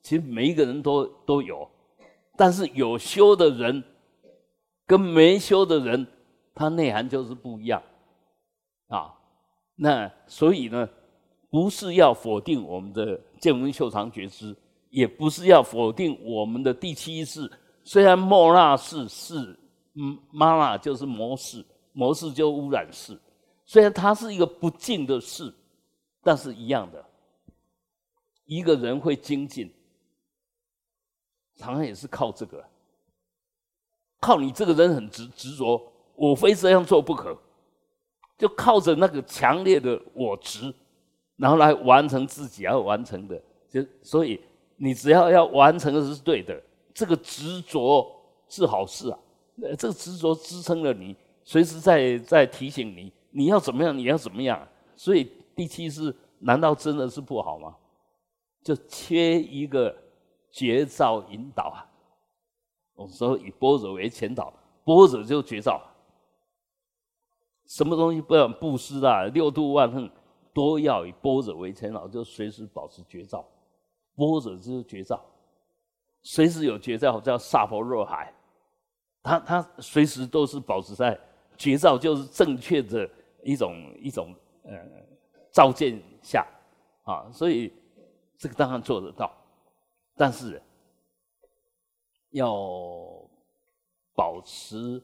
其实每一个人都都有，但是有修的人跟没修的人，他内涵就是不一样啊。那所以呢，不是要否定我们的见闻嗅尝觉知，也不是要否定我们的第七意识。虽然莫那识是嗯，妈那就是魔识，魔识就污染识。虽然它是一个不净的识，但是一样的，一个人会精进，常常也是靠这个，靠你这个人很执执着，我非这样做不可，就靠着那个强烈的我执，然后来完成自己要完成的。就所以你只要要完成的是对的，这个执着是好事啊。这个执着支撑了你，随时在在提醒你，你要怎么样，你要怎么样。所以第七是，难道真的是不好吗？就缺一个觉照引导啊。我们说以般若为前导，般若就觉照。什么东西不要布施啊，六度万行都要以般若为前导，就随时保持觉照。般若就是觉照，随时有觉照，叫萨婆若海。他他随时都是保持在觉照，就是正确的一种一种呃照见下啊，所以这个当然做得到，但是要保持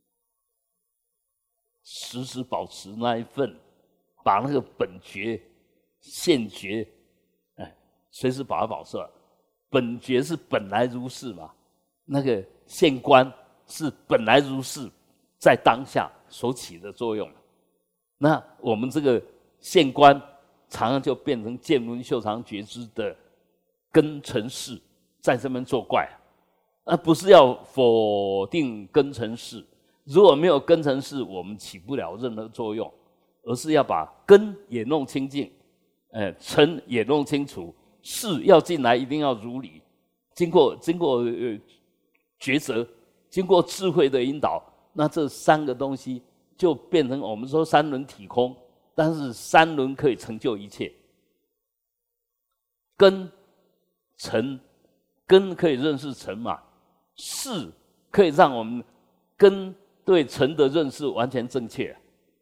时时保持那一份，把那个本觉现觉，哎，随时把它保持。本觉是本来如是嘛，那个现观是本来如是，在当下所起的作用。那我们这个现观常常就变成见闻嗅尝觉知的根尘识，在这边作怪，而不是要否定根尘识。如果没有根尘识，我们起不了任何作用，而是要把根也弄清净，呃，尘也弄清楚，识要进来一定要如理，经过经过呃抉择。经过智慧的引导，那这三个东西就变成我们说三轮体空，但是三轮可以成就一切。根、尘，根可以认识尘嘛，识可以让我们根对尘的认识完全正确。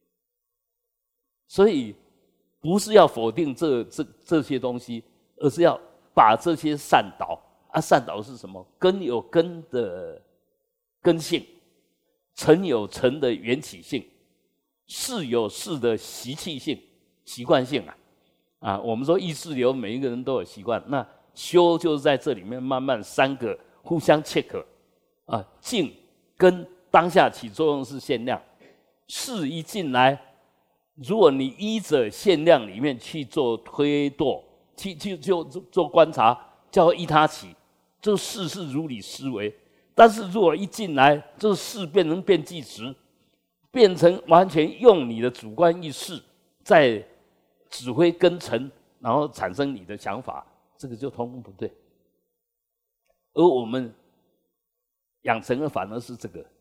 所以不是要否定这这这些东西，而是要把这些善导啊，善导是什么？根有根的根性，尘有尘的缘起性，识有识的习气性、习惯性啊！啊，我们说意识流，每一个人都有习惯，那修就是在这里面慢慢三个互相 check 啊，静跟当下起作用是限量，识一进来，如果你依着限量里面去做推度，去去就做观察，叫依他起，这识是如理思维。但是如果一进来，这识变成变计值，变成完全用你的主观意识在指挥根尘，然后产生你的想法，这个就通通不对。而我们养成的反而是这个，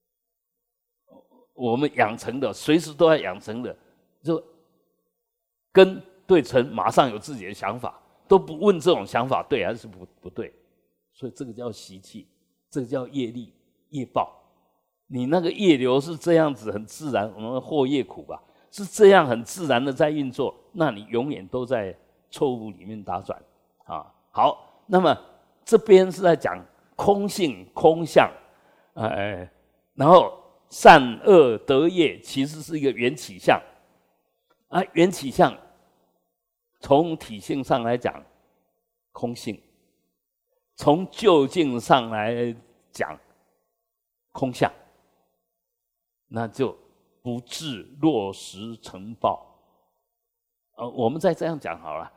我们养成的随时都在养成的，就根对尘马上有自己的想法，都不问这种想法对还是不不对，所以这个叫习气。这个叫业力、业报。你那个业流是这样子很自然，我们祸业苦吧，是这样很自然的在运作，那你永远都在错误里面打转啊。好，那么这边是在讲空性、空相，哎，然后善恶得业其实是一个缘起相啊，缘起相从体性上来讲，空性。从究竟上来讲，空相，那就不至落实成报。呃，我们再这样讲好了。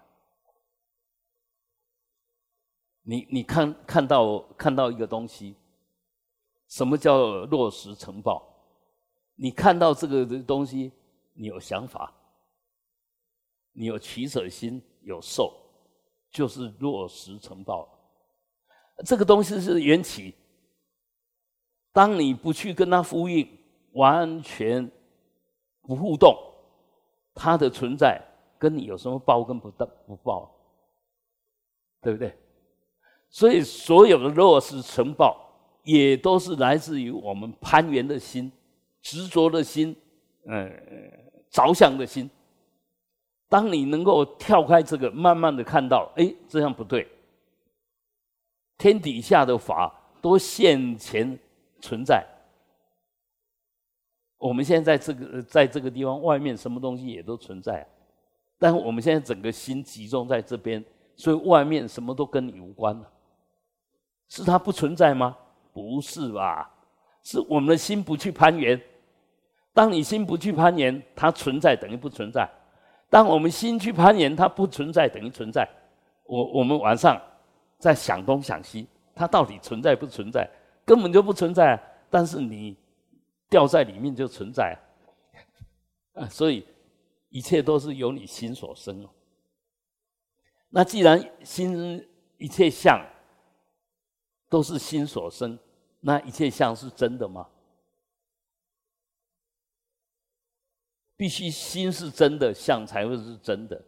你你看看到看到一个东西，什么叫落实成报？你看到这个东西，你有想法，你有取舍心，有受，就是落实成报。这个东西是缘起，当你不去跟它呼应，完全不互动，它的存在跟你有什么报跟不不报，对不对？ 所以所有的落实成报，也都是来自于我们攀缘的心、执着的心、呃着相的心。当你能够跳开这个，慢慢的看到，哎，这样不对。天底下的法都现前存在。我们现在在这个在这个地方，外面什么东西也都存在，但我们现在整个心集中在这边，所以外面什么都跟你无关了。是它不存在吗？不是吧？是我们的心不去攀缘。当你心不去攀缘，它存在等于不存在；当我们心去攀缘，它不存在等于存在。我我们晚上在想东想西，它到底存在不存在？根本就不存在啊，但是你掉在里面就存在啊。所以一切都是由你心所生哦。那既然心一切相都是心所生，那一切相是真的吗？必须心是真的，相才会是真的。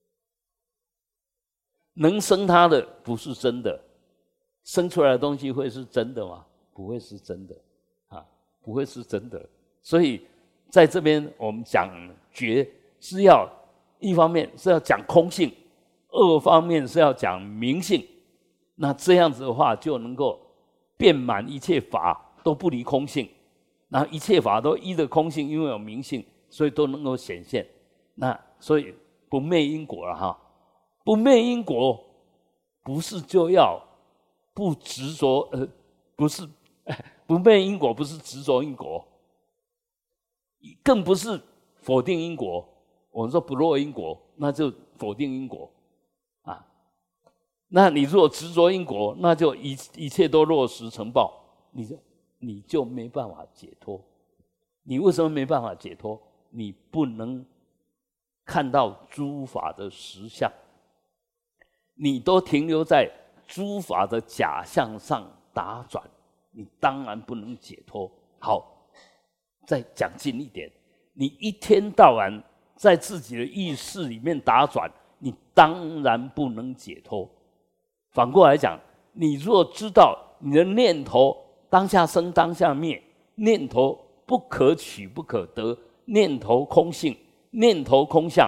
能生它的不是真的，生出来的东西会是真的吗？不会是真的啊，不会是真的。所以在这边我们讲觉，是要一方面是要讲空性，二方面是要讲明性。那这样子的话，就能够遍满一切法都不离空性，然后一切法都依着空性，因为有明性，所以都能够显现。那所以不昧因果了哈，不昧因果不是就要不执着，呃，不是不昧因果，不是执着因果，更不是否定因果。我们说不落因果，那就否定因果啊。那你如果执着因果，那就一一切都落实成报，你就你就没办法解脱。你为什么没办法解脱？你不能看到诸法的实相，你都停留在诸法的假象上打转，你当然不能解脱。好，再讲近一点，你一天到晚在自己的意识里面打转，你当然不能解脱。反过来讲，你若知道你的念头当下生当下灭，念头不可取不可得，念头空性，念头空相，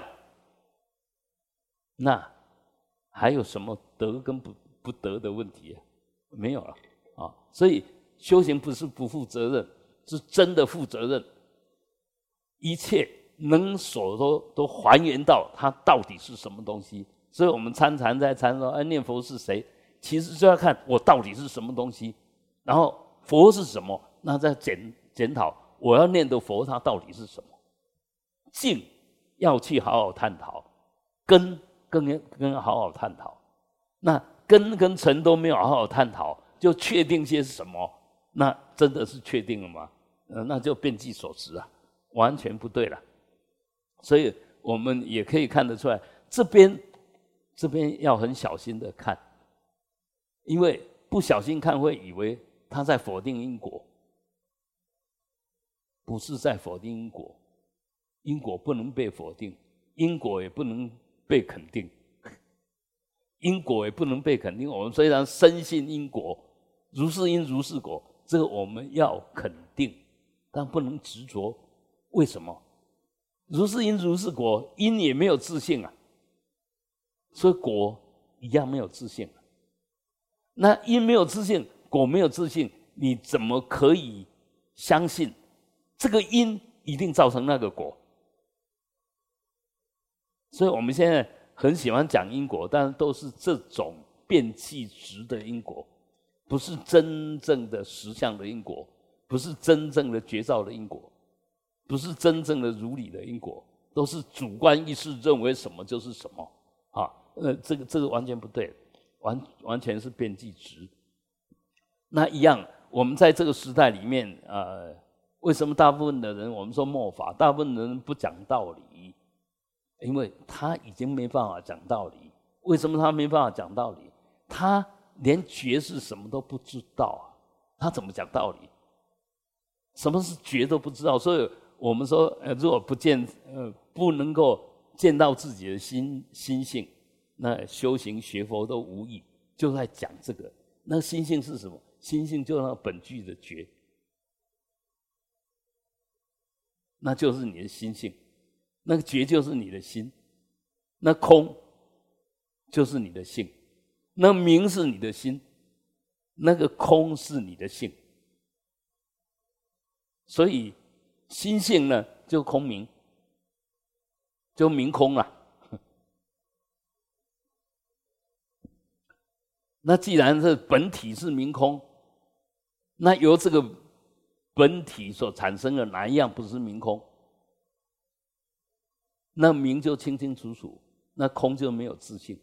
那还有什么得跟不不得的问题啊？没有了啊！所以修行不是不负责任，是真的负责任。一切能所都都还原到它到底是什么东西。所以我们参禅在参说，哎，念佛是谁？其实就要看我到底是什么东西，然后佛是什么，那再检检讨我要念的佛它到底是什么。境要去好好探讨，根更更要好好探讨。那根跟尘都没有好好探讨，就确定些是什么？那真的是确定了吗？呃，那就遍计所执啊，完全不对了。所以我们也可以看得出来，这边。这边要很小心的看，因为不小心看会以为他在否定因果，不是在否定因果。因果不能被否定，因果也不能被肯定，因果也不能被肯定。我们虽然深信因果，如是因如是果，这个我们要肯定，但不能执着。为什么？如是因如是果，因也没有自性啊。所以果一样没有自性，那因没有自性，果没有自性，你怎么可以相信这个因一定造成那个果？所以我们现在很喜欢讲因果，但都是这种变计执的因果，不是真正的实相的因果，不是真正的觉照的因果，不是真正的如理的因果，都是主观意识认为什么就是什么啊。呃，这个这个完全不对，完完全是变计执。那一样，我们在这个时代里面，呃，为什么大部分的人我们说末法，大部分的人不讲道理？因为他已经没办法讲道理。为什么他没办法讲道理？他连觉是什么都不知道，他怎么讲道理？什么是觉都不知道，所以我们说，呃，如果不见，呃，不能够见到自己的心心性。那修行学佛都无益， 就在讲这个。那心性是什么？心性就是那本具的觉，那就是你的心性。那个觉就是你的心，那空就是你的性，那明是你的心，那个空是你的性。所以心性呢，就空明，就明空了。那既然是本体是明空，那由这个本体所产生的哪一样不是明空？那明就清清楚楚，那空就没有自性。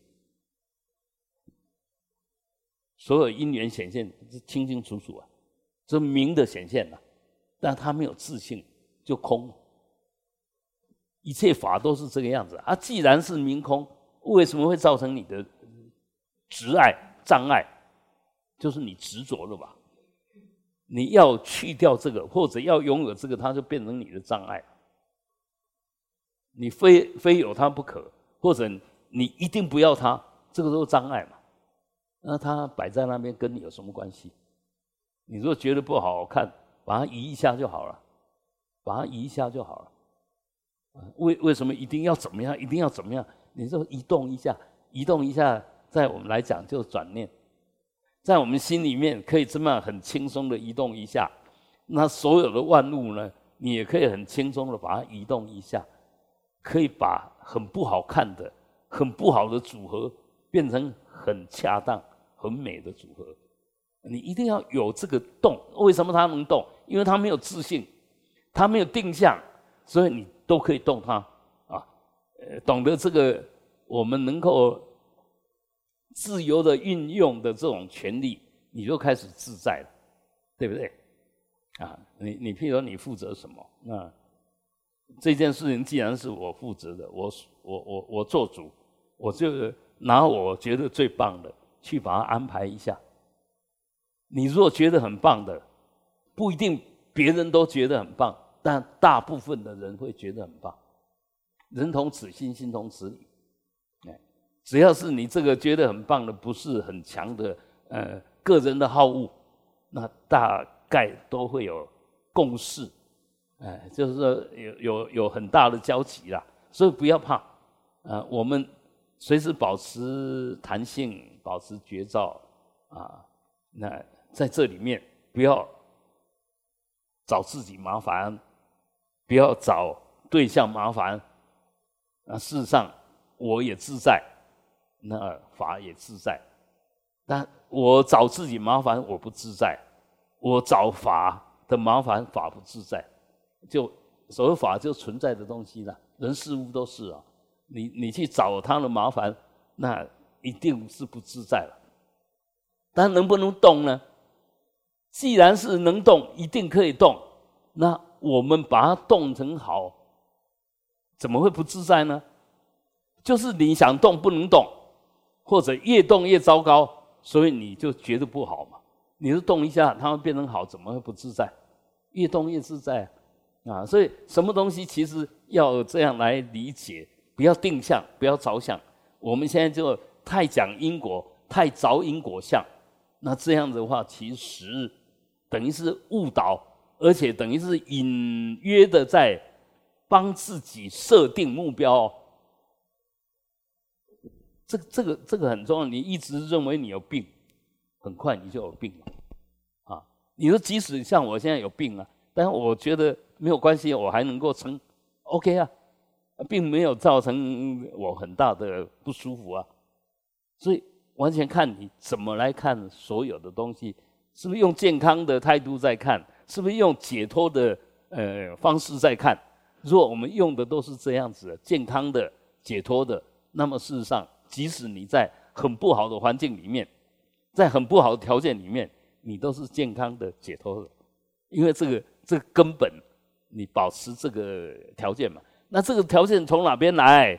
所有因缘显现是清清楚楚啊，这明的显现啊，但它没有自性，就空了。一切法都是这个样子啊。既然是明空，为什么会造成你的执爱障碍？就是你执着了吧？你要去掉这个，或者要拥有这个，它就变成你的障碍。你非非有它不可，或者你一定不要它，这个都是障碍嘛。那它摆在那边跟你有什么关系？你如果觉得不好看，把它移一下就好了，把它移一下就好了。为为什么一定要怎么样？一定要怎么样？你就移动一下，移动一下，在我们来讲就是转念，在我们心里面可以这么样很轻松的移动一下。那所有的万物呢，你也可以很轻松的把它移动一下，可以把很不好看的、很不好的组合变成很恰当、很美的组合。你一定要有这个动。为什么它能动？因为它没有自性，它没有定向，所以你都可以动它啊。呃，懂得这个，我们能够自由的运用的这种权利，你就开始自在了，对不对？啊，你你譬如说你负责什么？那这件事情既然是我负责的，我我我我做主，我就拿我觉得最棒的去把它安排一下。你如果觉得很棒的，不一定别人都觉得很棒，但大部分的人会觉得很棒。人同此心，心同此理。只要是你这个觉得很棒的，不是很强的呃个人的好恶，那大概都会有共识，哎，就是说有有有很大的交集啦。所以不要怕，呃，我们随时保持弹性，保持觉照啊。那在这里面不要找自己麻烦，不要找对象麻烦。啊，事实上我也自在，那法也自在。但我找自己麻烦，我不自在；我找法的麻烦，法不自在。就所谓法就存在的东西啦，人事物都是啊。你你去找他的麻烦，那一定是不自在了。但能不能动呢？既然是能动，一定可以动，那我们把它动成好，怎么会不自在呢？就是你想动不能动，或者越动越糟糕，所以你就觉得不好嘛。你就动一下，它会变成好，怎么会不自在？越动越自在啊！所以什么东西其实要这样来理解，不要定向，不要着相。我们现在就太讲因果，太着因果相，那这样子的话，其实等于是误导，而且等于是隐约的在帮自己设定目标哦。这个这个这个很重要。你一直认为你有病，很快你就有病了啊！你说即使像我现在有病啊，但是我觉得没有关系，我还能够撑 ，OK 啊，并没有造成我很大的不舒服啊。所以完全看你怎么来看所有的东西，是不是用健康的态度在看，是不是用解脱的呃方式在看？如果我们用的都是这样子的健康的、解脱的，那么事实上，即使你在很不好的环境里面，在很不好的条件里面，你都是健康的、解脱的，因为这个这个根本，你保持这个条件嘛。那这个条件从哪边来？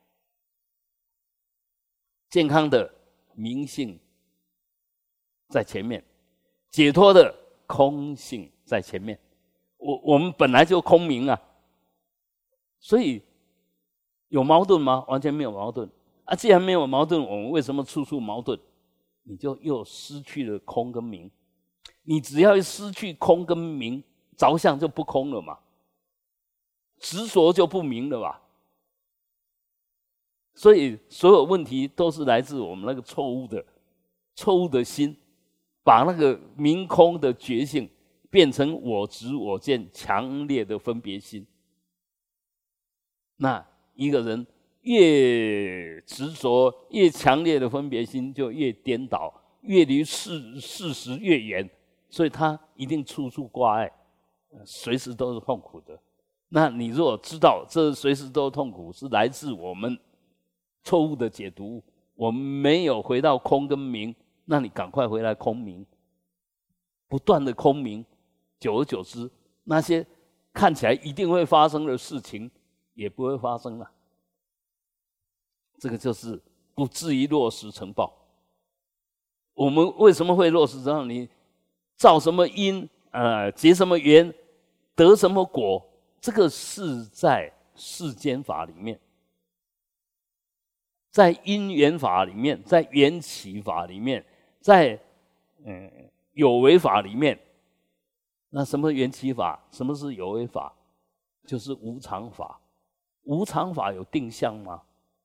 健康的明性在前面，解脱的空性在前面。我我们本来就空明啊，所以有矛盾吗？完全没有矛盾啊！既然没有矛盾，我们为什么处处矛盾？ 你就又失去了空跟明。你只要一失去空跟明，着相就不空了嘛，执着就不明了吧。所以所有问题都是来自我们那个错误的错误的心，把那个明空的觉性变成我执我见强烈的分别心。那一个人越执着越强烈的分别心，就越颠倒，越离事事实越远，所以他一定处处挂碍，随时都是痛苦的。那你如果知道这随时都是痛苦，是来自我们错误的解读，我们没有回到空跟明，那你赶快回来空明，不断的空明，久而久之，那些看起来一定会发生的事情也不会发生了。这个就是不至于落实成报。我们为什么会落实成报？你造什么因，呃，结什么缘，得什么果，这个是在世间法里面，在因缘法里面，在缘起法里面，在嗯有为法里面。那什么缘起法？什么是有为法？就是无常法。无常法有定相吗？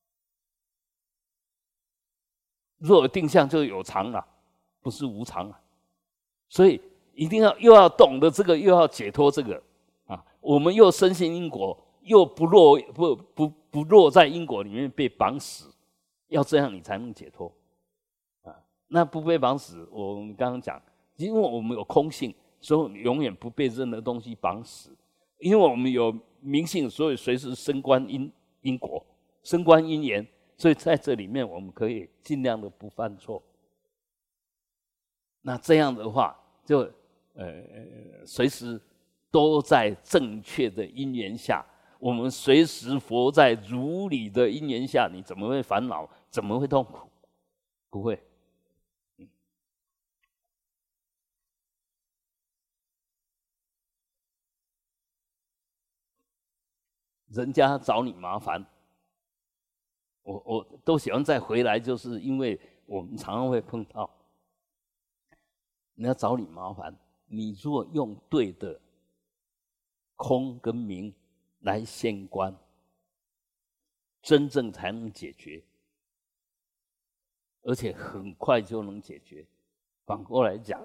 若有定相，就有常了，不是无常啊。所以一定要又要懂得这个，又要解脱这个啊。我们又深信因果，又不落不不不落在因果里面被绑死，要这样你才能解脱啊。那不被绑死，我们刚刚讲，因为我们有空性，所以我们永远不被任何东西绑死。因为我们有明性，所以随时升观因因果，升观因缘。所以在这里面，我们可以尽量的不犯错。那这样的话，就呃随时都在正确的因缘下，我们随时活在如理的因缘下，你怎么会烦恼？怎么会痛苦？不会。嗯、人家找你麻烦。我我都喜欢再回来，就是因为我们常常会碰到人家找你麻烦，你如果用对的空跟明来现观，真正才能解决，而且很快就能解决。反过来讲，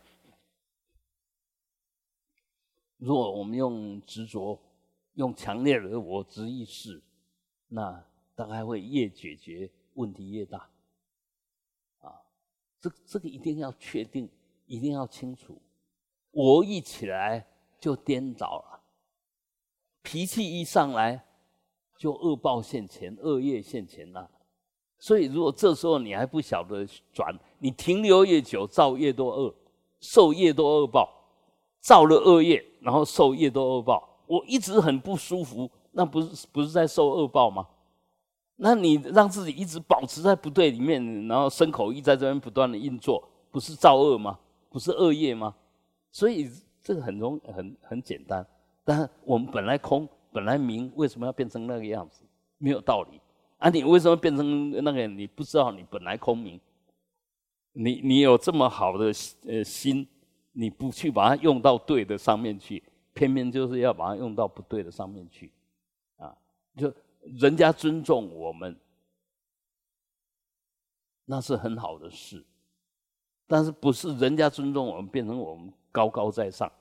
如果我们用执着，用强烈的我执意识，那大概会越解决问题越大，啊，这这个一定要确定，一定要清楚。我一起来就颠倒了，脾气一上来就恶报现前，恶业现前了。所以如果这时候你还不晓得转，你停留越久，造越多恶，受越多恶报，造了恶业，然后受越多恶报。我一直很不舒服，那不是不是在受恶报吗？那你让自己一直保持在不对里面，然后身口意在这边不断的运作，不是造恶吗？不是恶业吗？所以这个很容很很简单。但我们本来空，本来明，为什么要变成那个样子？没有道理啊！你为什么变成那个？你不知道你本来空明，你你有这么好的呃心，你不去把它用到对的上面去，偏偏就是要把它用到不对的上面去，啊，就。人家尊重我们，那是很好的事，但是不是人家尊重我们变成我们高高在上，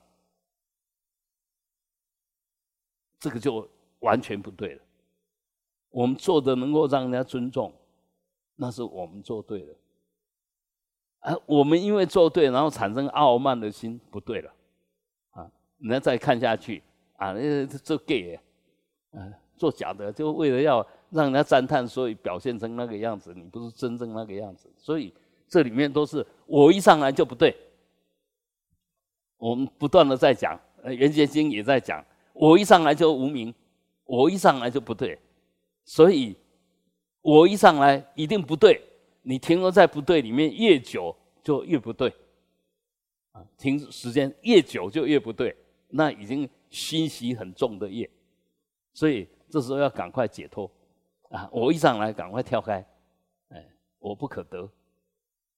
这个就完全不对了。我们做的能够让人家尊重，那是我们做对了。而我们因为做对，然后产生傲慢的心，不对了啊！人家再看下去啊，这 gay 啊。做假的，就为了要让人家赞叹，所以表现成那个样子，你不是真正那个样子。所以这里面都是我一上来就不对。我们不断的在讲，呃，圆觉经也在讲，我一上来就无明，我一上来就不对，所以我一上来一定不对。你停留在不对里面越久，就越不对。啊，停时间越久就越不对，那已经熏习很重的业，所以。这时候要赶快解脱啊！我一上来赶快跳开，哎，我不可得，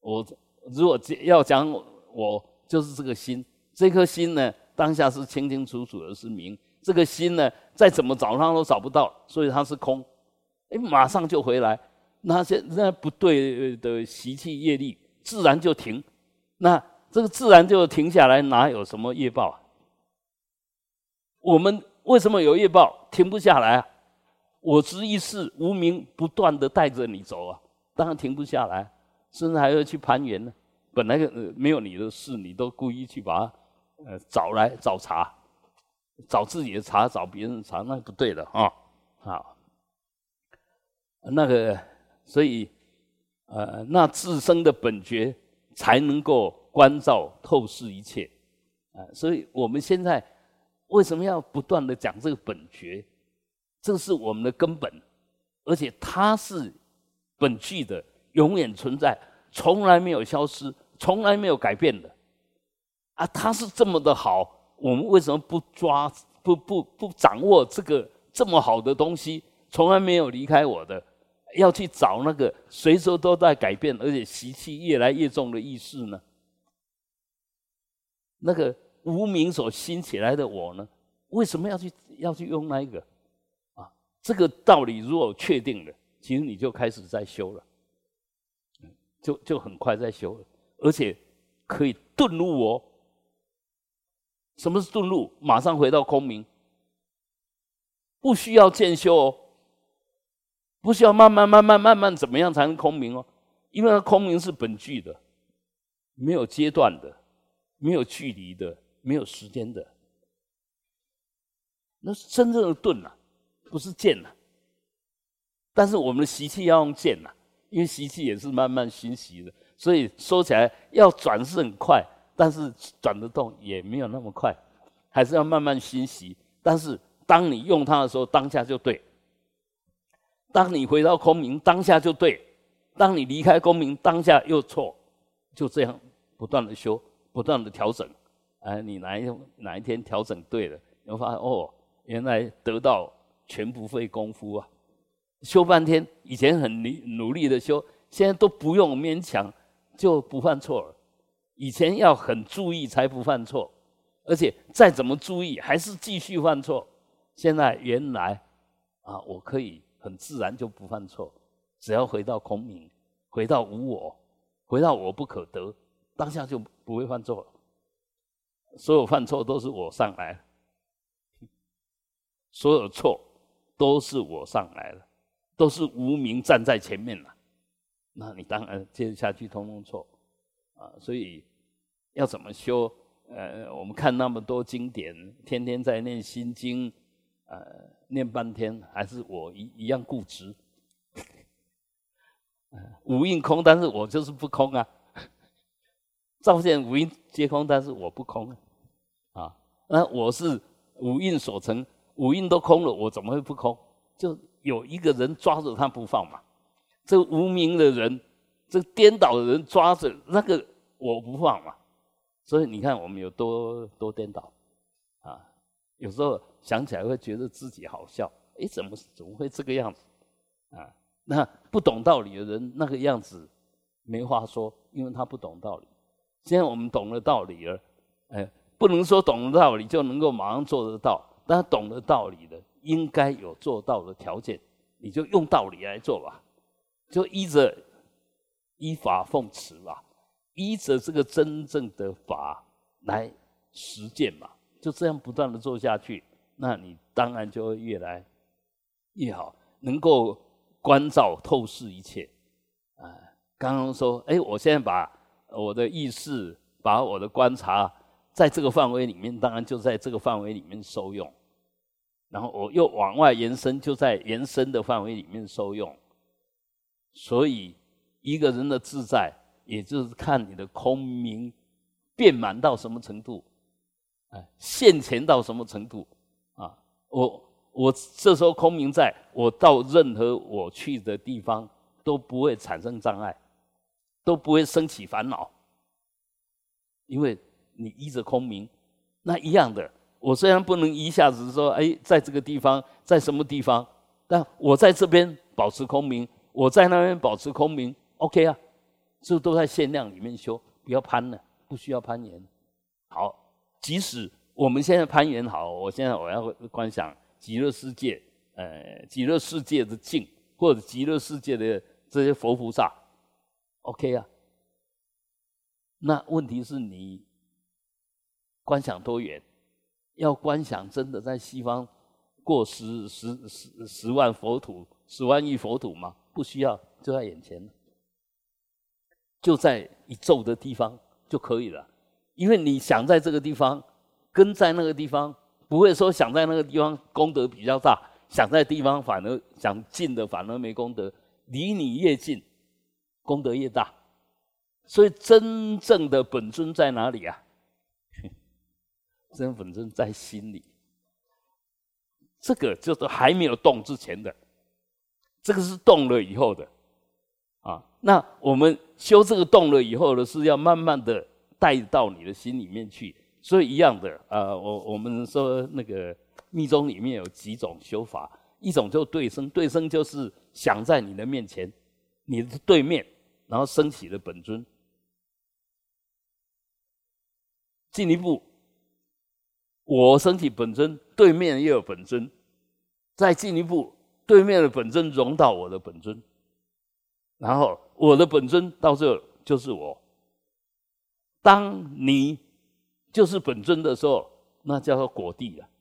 我如果要讲我就是这个心，这颗心呢，当下是清清楚楚的是明，这个心呢，再怎么找它都找不到，所以它是空，哎，马上就回来。那现在不对的习气业力，自然就停。那这个自然就停下来，哪有什么业报啊？我们为什么有业报？停不下来啊！我执一事无明不断的带着你走啊，当然停不下来，甚至还要去攀缘呢。本来呃没有你的事，你都故意去把它呃找来找茬，找自己的茬，找别人的茬，那不对的啊！好，那个所以呃那自身的本觉才能够关照透视一切啊、呃，所以我们现在为什么要不断的讲这个本觉？这是我们的根本，而且它是本具的，永远存在，从来没有消失，从来没有改变的啊！它是这么的好，我们为什么不抓、不不不掌握这个这么好的东西？从来没有离开我的，要去找那个随时都在改变，而且习气越来越重的意识呢？那个无明所兴起来的我呢？为什么要去要去用那一个？这个道理如果确定了，其实你就开始在修了，就就很快在修了，而且可以顿悟哦。什么是顿悟？马上回到空明，不需要渐修哦，不需要慢慢慢慢慢慢怎么样才能空明哦？因为空明是本具的，没有阶段的，没有距离的，没有时间的，那是真正的顿啊。不是渐呐、啊，但是我们的习气要用渐呐、啊，因为习气也是慢慢熏习的，所以说起来要转是很快，但是转得动也没有那么快，还是要慢慢熏习。但是当你用它的时候，当下就对；当你回到空明，当下就对；当你离开空明，当下又错。就这样不断的修，不断的调整。哎，你哪一哪一天调整对了，你会发现哦，原来得到。全不费功夫啊！修半天，以前很努力的修，现在都不用勉强就不犯错了。以前要很注意才不犯错，而且再怎么注意还是继续犯错。现在原来啊，我可以很自然就不犯错，只要回到空明，回到无我，回到我不可得，当下就不会犯错了。所有犯错都是我上来了，所有错。都是我上来了，都是无明站在前面了，那你当然接下去通通错啊！所以要怎么修？呃，我们看那么多经典，天天在念心经，呃，念半天还是我一一样固执。五蕴空，但是我就是不空啊！照见五蕴皆空，但是我不空啊！啊，那我是五蕴所成。五蕴都空了，我怎么会不空？就有一个人抓着他不放嘛。这个无明的人，这个颠倒的人抓着那个我不放嘛。所以你看我们有多多颠倒啊！有时候想起来会觉得自己好笑，哎，怎么怎么会这个样子啊？那不懂道理的人那个样子没话说，因为他不懂道理。现在我们懂了道理了，哎，不能说懂了道理就能够马上做得到。但懂得道理的，应该有做到的条件，你就用道理来做吧，就依着依法奉持吧，依着这个真正的法来实践嘛，就这样不断的做下去，那你当然就会越来越好，能够关照透视一切。啊，刚刚说，哎，我现在把我的意识，把我的观察，在这个范围里面，当然就在这个范围里面受用。然后我又往外延伸，就在延伸的范围里面受用。所以一个人的自在，也就是看你的空明遍满到什么程度，哎，现前到什么程度啊？我我这时候空明在，我到任何我去的地方都不会产生障碍，都不会升起烦恼，因为你依着空明，那一样的。我虽然不能一下子说，哎，在这个地方，在什么地方，但我在这边保持空明，我在那边保持空明 ，OK 啊， 所以都在限量里面修，不要攀了，不需要攀岩。好，即使我们现在攀岩好，我现在我要观想极乐世界，呃，极乐世界的境，或者极乐世界的这些佛菩萨 ，OK 啊。那问题是你观想多远？要观想真的在西方过十十十十万佛土、十万亿佛土吗？不需要，就在眼前，就在一宙的地方就可以了。因为你想在这个地方，跟在那个地方，不会说想在那个地方功德比较大，想在地方反而想近的反而没功德。离你越近，功德越大。所以真正的本尊在哪里啊？真正本尊在心里。这个就是还没有动之前的，这个是动了以后的啊。那我们修这个动了以后的是要慢慢的带到你的心里面去。所以一样的啊，我我们说那个密宗里面有几种修法，一种就对生，对生就是想在你的面前，你的对面，然后升起了本尊。进一步，我升起本尊，对面又有本尊，再进一步，对面的本尊融到我的本尊，然后我的本尊到这就是我。当你就是本尊的时候，那叫做果地了，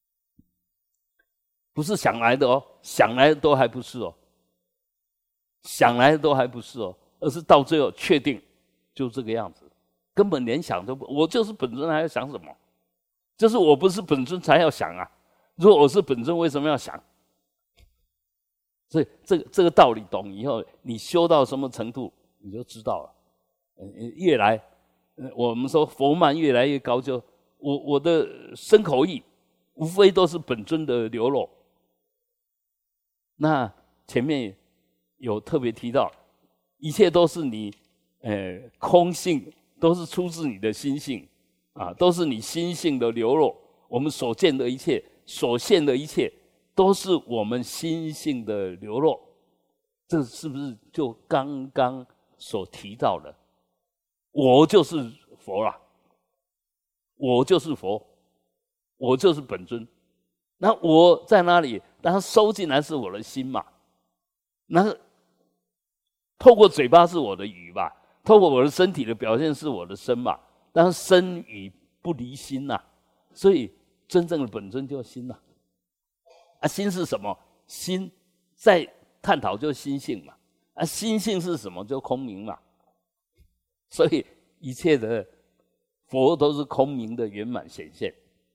不是想来的哦，想来的都还不是哦，想来的都还不是哦，而是到最后确定就这个样子。根本连想都不，我就是本尊，还要想什么？就是我不是本尊才要想啊！如果我是本尊，为什么要想？所以这个这个道理懂以后，你修到什么程度，你就知道了。越来，我们说佛曼越来越高，就我我的身口意，无非都是本尊的流露。那前面有特别提到，一切都是你，呃，空性。都是出自你的心性啊，都是你心性的流露。我们所见的一切，所现的一切，都是我们心性的流露。这是不是就刚刚所提到的？我就是佛了，我就是佛，我就是本尊。那我在哪里？当它收进来是我的心嘛？那透过嘴巴是我的语吧？透过我的身体的表现是我的身嘛，但是身语不离心呐、啊，所以真正的本尊就是心呐、啊。啊，心是什么？心在探讨就是心性嘛。啊，心性是什么？就空明嘛。所以一切的佛都是空明的圆满显现。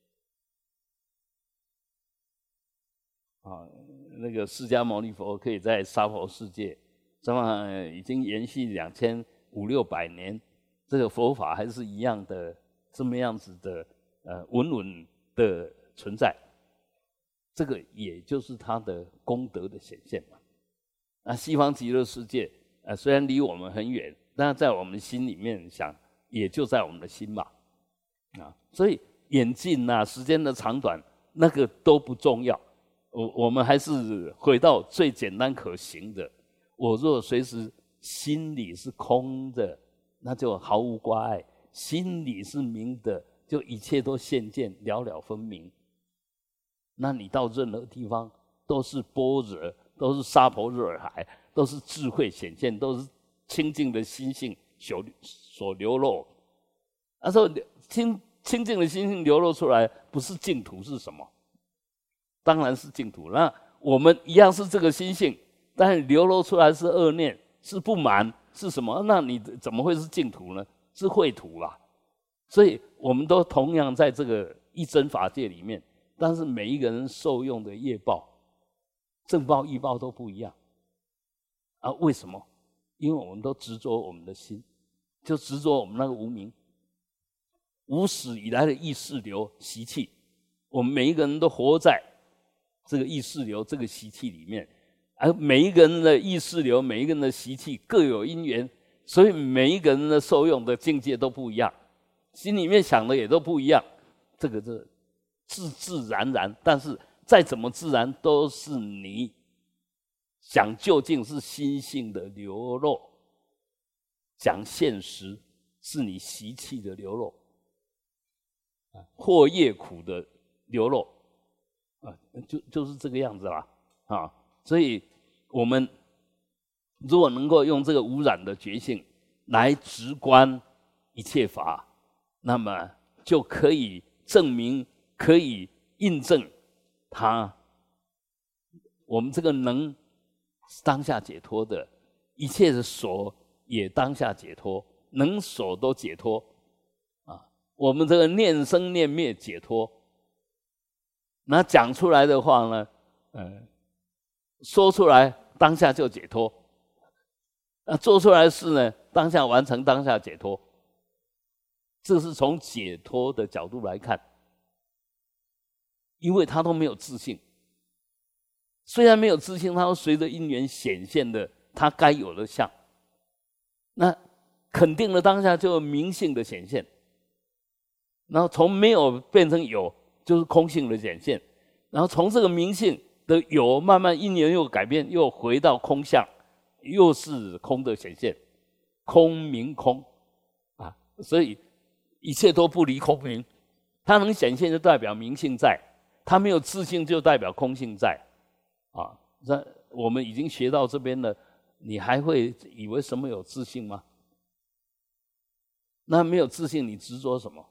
啊，那个释迦牟尼佛可以在娑婆世界，这么已经延续两千。五六百年，这个佛法还是一样的这么样子的呃稳稳的存在，这个也就是它的功德的显现嘛。那西方极乐世界，呃虽然离我们很远，但在我们心里面想，也就在我们的心嘛。啊，所以远近啊，时间的长短，那个都不重要。我我们还是回到最简单可行的。我若随时。心里是空的，那就毫无挂碍；心里是明的，就一切都现见，了了分明。那你到任何地方，都是般若，都是娑婆若海，都是智慧显现，都是清净的心性所所流露。他说清清净的心性流露出来，不是净土是什么？当然是净土。那我们一样是这个心性，但流露出来是恶念。是不满是什么？那你怎么会是净土呢？是秽土啦。所以我们都同样在这个一真法界里面，但是每一个人受用的业报、正报、业报都不一样啊。为什么？因为我们都执着我们的心，就执着我们那个无明、无始以来的意识流习气。我们每一个人都活在这个意识流、这个习气里面。而每一个人的意识流，每一个人的习气各有因缘，所以每一个人的受用的境界都不一样，心里面想的也都不一样。这个是自自然然，但是再怎么自然，都是你想究竟是心性的流露。 讲现实，是你习气的流露，或业苦的流露，啊，就就是这个样子啦，啊，所以我们如果能够用这个无染的觉性来直观一切法，那么就可以证明，可以印证它，我们这个能是当下解脱的，一切的所也当下解脱，能所都解脱啊。我们这个念生念灭解脱，那讲出来的话呢，嗯，说出来当下就解脱，那做出来的事呢，当下完成，当下解脱。这是从解脱的角度来看，因为他都没有自性，虽然没有自性，他都随着因缘显现的他该有的相。那肯定了当下就有明性的显现，然后从没有变成有，就是空性的显现，然后从这个明性的有慢慢因缘又改变，又回到空相，又是空的显现，空明空啊，所以一切都不离空明，它能显现就代表明性在，它没有自性就代表空性在啊。那我们已经学到这边了，你还会以为什么有自性吗？那没有自性，你执着什么？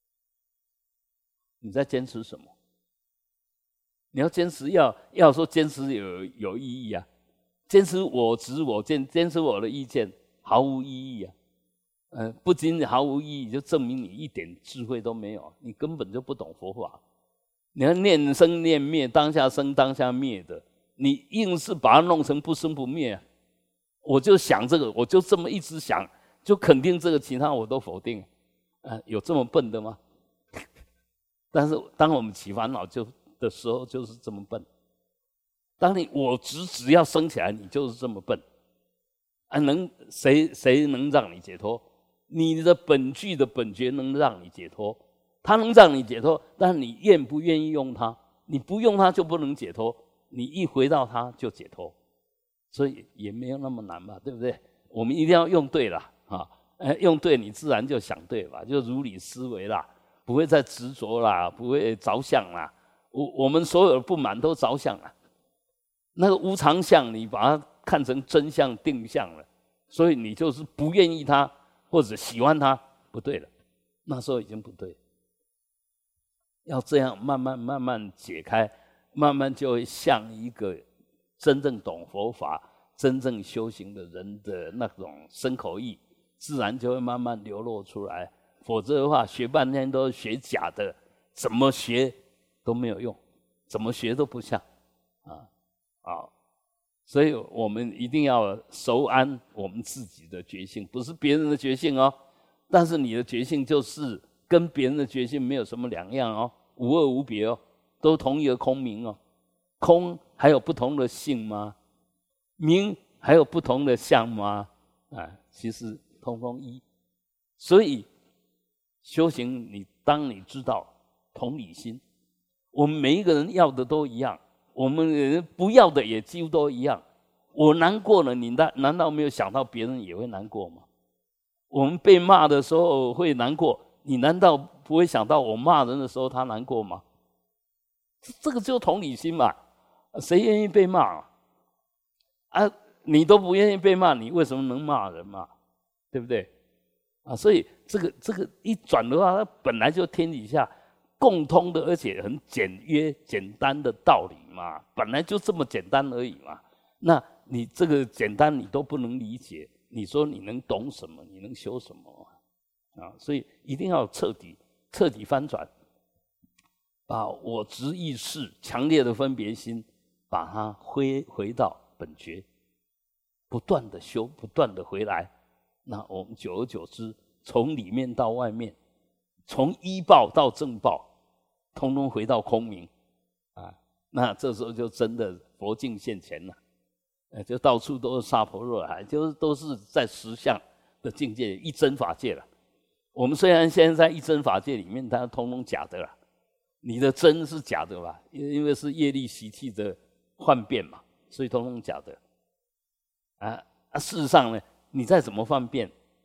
你在坚持什么？你要坚持要要说坚持有有意义啊，坚持我执我见，坚持我的意见毫无意义啊。呃，不仅毫无意义，就证明你一点智慧都没有，你根本就不懂佛法。你要念生念灭，当下生当下灭的，你硬是把它弄成不生不灭啊。我就想这个，我就这么一直想，就肯定这个，其他我都否定。啊，有这么笨的吗？但是当我们起烦恼就的时候，就是这么笨。当你我执只要升起来，你就是这么笨。啊，能谁谁能让你解脱？你的本具的本觉能让你解脱，它能让你解脱，但你愿不愿意用它？你不用它就不能解脱，你一回到它就解脱，所以也没有那么难嘛，对不对？我们一定要用对了啊，呃，用对你自然就想对吧，就如理思维啦，不会再执着啦，不会着相啦。我我们所有的不满都着相了，那个无常相你把它看成真相定相了，所以你就是不愿意它。或者喜欢它，不对了，那时候已经不对了。要这样慢慢慢慢解开，慢慢就会像一个真正懂佛法、真正修行的人的那种身口意，自然就会慢慢流露出来。否则的话，学半天都学假的，怎么学都没有用，怎么学都不像啊啊！所以我们一定要熟谙我们自己的觉性，不是别人的觉性哦。但是你的觉性就是跟别人的觉性没有什么两样哦，无二无别哦，都同一个空明哦。空还有不同的性吗？明还有不同的相吗？啊，其实通通一。所以修行，你当你知道同理心，我们每一个人要的都一样。我们人不要的也几乎都一样。我难过了，你难难道没有想到别人也会难过吗？我们被骂的时候会难过，你难道不会想到我骂人的时候他难过吗？这个就是同理心嘛。谁愿意被骂啊？啊，你都不愿意被骂，你为什么能骂人嘛？对不对？啊，所以这个这个一转的话，它本来就天底下共通的，而且很简约、简单的道理嘛，本来就这么简单而已嘛。那你这个简单你都不能理解，你说你能懂什么？你能修什么啊？所以一定要彻底、彻底翻转，把我执意识强烈的分别心，把它回回到本觉，不断的修，不断的回来。那我们久而久之，从里面到外面，从依报到正报，通通回到空明啊！那这时候就真的佛境现前了，呃，就到处都是萨婆若海，就是都是在实相的境界，一真法界了。我们虽然现在在一真法界里面，它通通假的了，你的真是假的吧？因为是业力习气的幻变嘛，所以通通假的。啊啊，事实上呢，你再怎么幻变，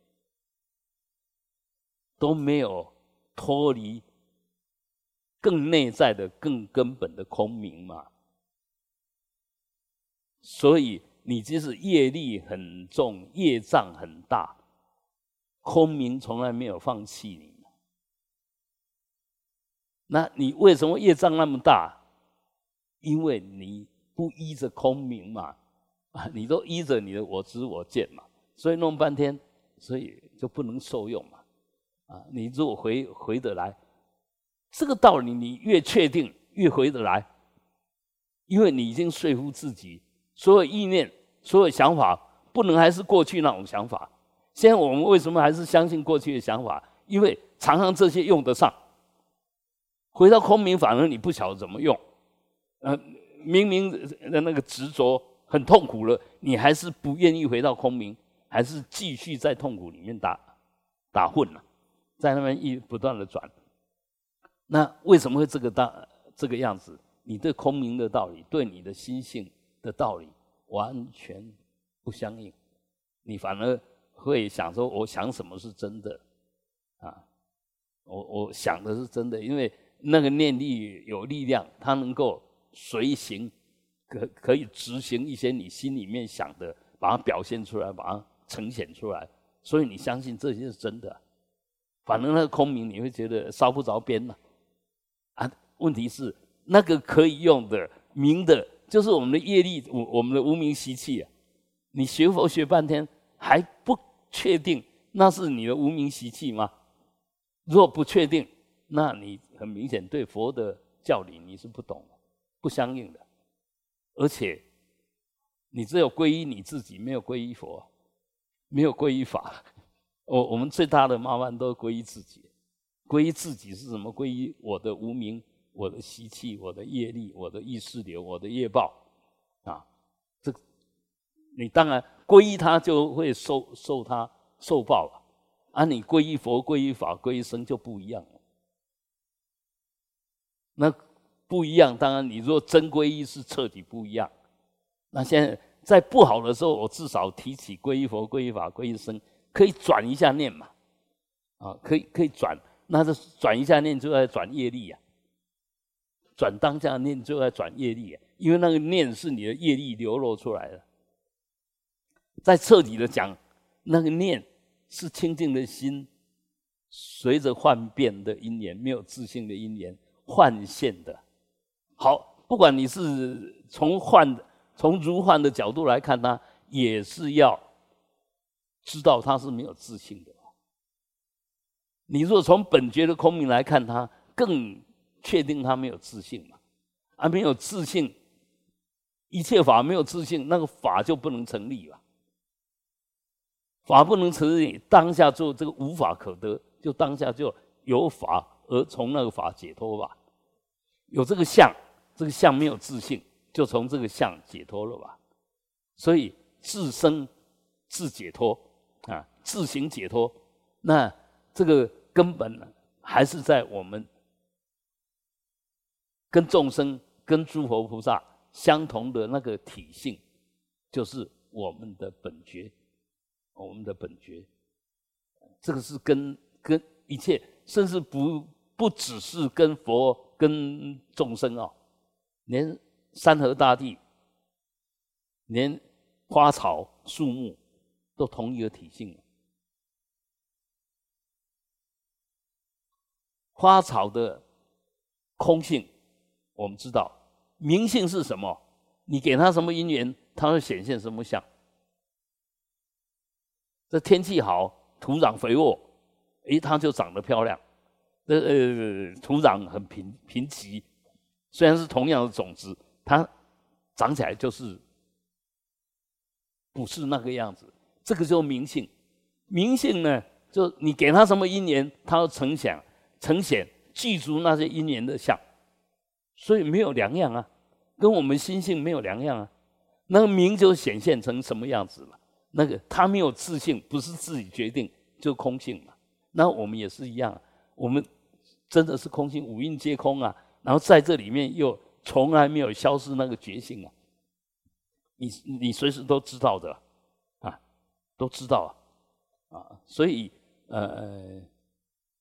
都没有脱离更内在的、更根本的空明嘛。所以你即使业力很重，业障很大，空明从来没有放弃你。那你为什么业障那么大？因为你不依着空明嘛，啊，你都依着你的我执我见嘛，所以弄半天，所以就不能受用嘛。啊，你如果回回得来，这个道理你越确定越回得来，因为你已经说服自己，所有意念、所有想法不能还是过去那种想法。现在我们为什么还是相信过去的想法？因为常常这些用得上。回到空明，反而你不晓得怎么用。呃，明明的那个执着很痛苦了，你还是不愿意回到空明，还是继续在痛苦里面打打混了，在那边一不断的转。那为什么会这个大这个样子？你对空明的道理，对你的心性的道理完全不相应，你反而会想说：我想什么是真的啊？我我想的是真的，因为那个念力有力量，它能够随行，可可以执行一些你心里面想的，把它表现出来，把它呈现出来，所以你相信这些是真的。反正那个空明你会觉得烧不着边了啊。问题是那个可以用的明的，就是我们的业力，我我们的无明习气啊。你学佛学半天还不确定那是你的无明习气吗？如果不确定，那你很明显对佛的教理你是不懂的，不相应的。而且你只有皈依你自己，没有皈依佛，没有皈依法。我我们最大的麻烦都是皈依自己。皈依自己是什么？皈依我的无明、我的习气、我的业力、我的意识流、我的业报啊。这你当然皈依他就会受受他受报了啊。你皈依佛、皈依法、皈依僧就不一样了。那不一样，当然你若真皈依是彻底不一样。那现在在不好的时候，我至少提起皈依佛、皈依法、皈依僧，可以转一下念嘛，啊，可以可以转，那这转一下念就在转业力啊，转当下念就在转业力啊，因为那个念是你的业力流露出来的。再彻底的讲，那个念是清净的心，随着幻变的因缘，没有自性的因缘幻现的。好，不管你是从幻从如幻的角度来看它，也是要知道它是没有自性的。你若从本觉的空明来看它，更确定它没有自性嘛。啊，没有自性，一切法没有自性，那个法就不能成立了。法不能成立，当下就这个无法可得，就当下就有法而从那个法解脱吧。有这个相，这个相没有自性，就从这个相解脱了吧。所以自生自解脱啊，自行解脱。那这个根本呢，还是在我们跟众生、跟诸佛菩萨相同的那个体性，就是我们的本觉。我们的本觉，这个是跟跟一切，甚至不不只是跟佛、跟众生哦，连山河大地、连花草树木都同一个体性。花草的空性，我们知道；明性是什么？你给它什么因缘，它会显现什么相。这天气好，土壤肥沃，诶，它就长得漂亮。这呃，土壤很贫贫瘠，虽然是同样的种子，它长起来就是不是那个样子。这个就是明性。明性呢，就你给它什么因缘，它要呈现呈现具足那些因缘的相，所以没有两样啊，跟我们心性没有两样啊。那个明就显现成什么样子了。那个他没有自性，不是自己决定，就空性嘛。那我们也是一样，我们真的是空性，五蕴皆空啊。然后在这里面又从来没有消失那个觉性啊。你你随时都知道的啊，都知道啊啊。所以呃，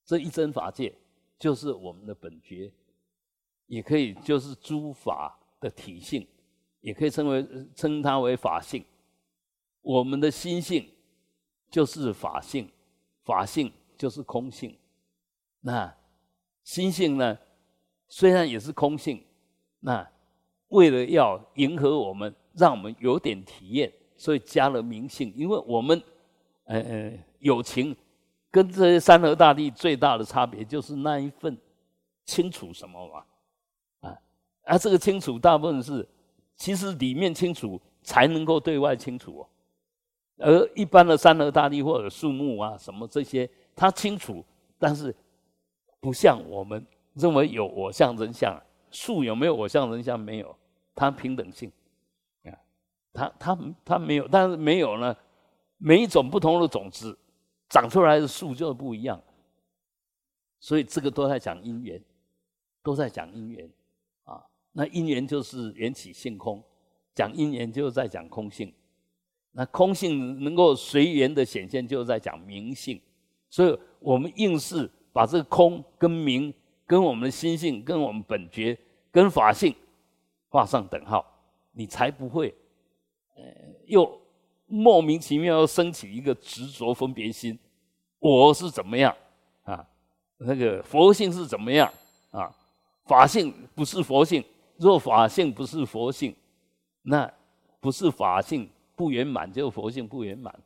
这一真法界就是我们的本觉，也可以就是诸法的体性，也可以称为称它为法性。我们的心性就是法性，法性就是空性。那心性呢，虽然也是空性，那为了要迎合我们，让我们有点体验，所以加了明性。因为我们呃呃有情跟这些山河大地最大的差别，就是那一份清楚什么嘛，啊，啊这个清楚大部分是，其实里面清楚才能够对外清楚哦。而一般的山河大地或者树木啊什么这些，它清楚，但是不像我们认为有我相人相。树有没有我相人相？没有，它平等性啊，它它它没有，但是没有呢，每一种不同的种子长出来的树就不一样。所以这个都在讲因缘，都在讲因缘啊。那因缘就是缘起性空，讲因缘就是在讲空性。那空性能够随缘的显现，就是在讲明性。所以我们硬是把这个空跟明，跟我们的心性，跟我们本觉，跟法性画上等号，你才不会，呃，又莫名其妙又升起一个执着分别心。我是怎么样啊？那个佛性是怎么样啊？法性不是佛性，若法性不是佛性，那不是法性不圆满，就是佛性不圆满。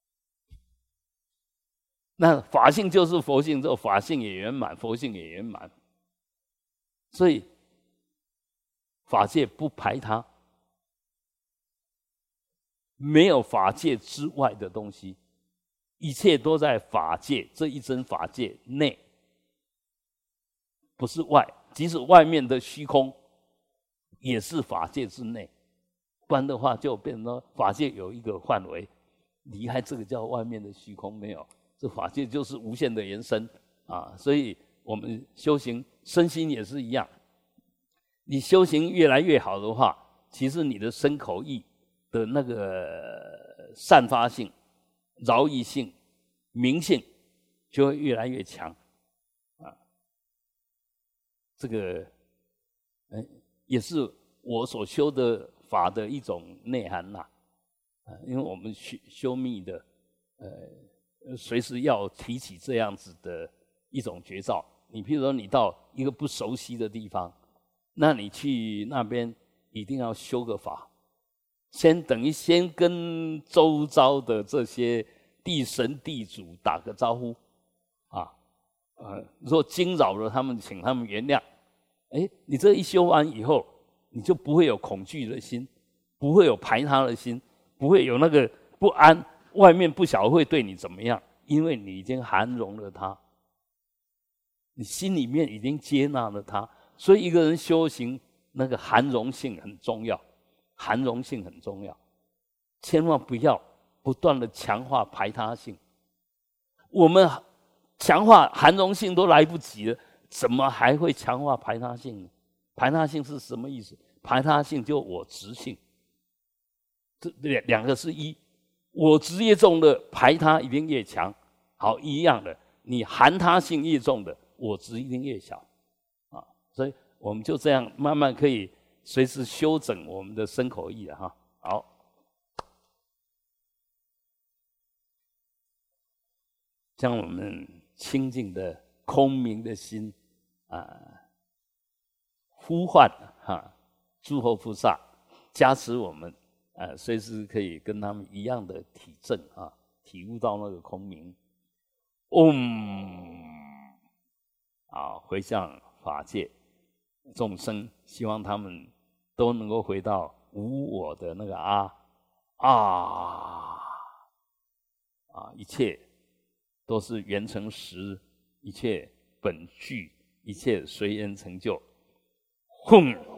那法性就是佛性，之后法性也圆满，佛性也圆满。所以法界不排他，没有法界之外的东西，一切都在法界这一真法界内，不是外。即使外面的虚空，也是法界之内。不然的话，就变成说法界有一个范围，离开这个叫外面的虚空没有。这法界就是无限的延伸啊！所以我们修行身心也是一样，你修行越来越好的话，其实你的身口意的那个散发性、饶益性、明性就会越来越强啊！这个，哎，也是我所修的法的一种内涵呐，啊，因为我们修修密的，呃。随时要提起这样子的一种绝招。你譬如说，你到一个不熟悉的地方，那你去那边一定要修个法，先等于先跟周遭的这些地神地主打个招呼啊，呃，若惊扰了他们，请他们原谅。哎，你这一修完以后，你就不会有恐惧的心，不会有排他的心，不会有那个不安。外面不晓得会对你怎么样，因为你已经涵容了他，你心里面已经接纳了他。所以一个人修行，那个涵容性很重要，涵容性很重要，千万不要不断的强化排他性。我们强化涵容性都来不及了，怎么还会强化排他性呢？排他性是什么意思？排他性就我执性，这两两个是一。我执越重的排他一定越强，好，一样的，你含他性越重的，我执一定越小，啊，所以我们就这样慢慢可以随时修整我们的身口意了哈。好，将我们清净的空明的心啊，呼唤哈诸佛菩萨加持我们。呃，随时可以跟他们一样的体证啊，体悟到那个空明。嗡，啊，回向法界众生，希望他们都能够回到无我的那个啊啊啊，一切都是缘成实，一切本具，一切随缘成就。哼。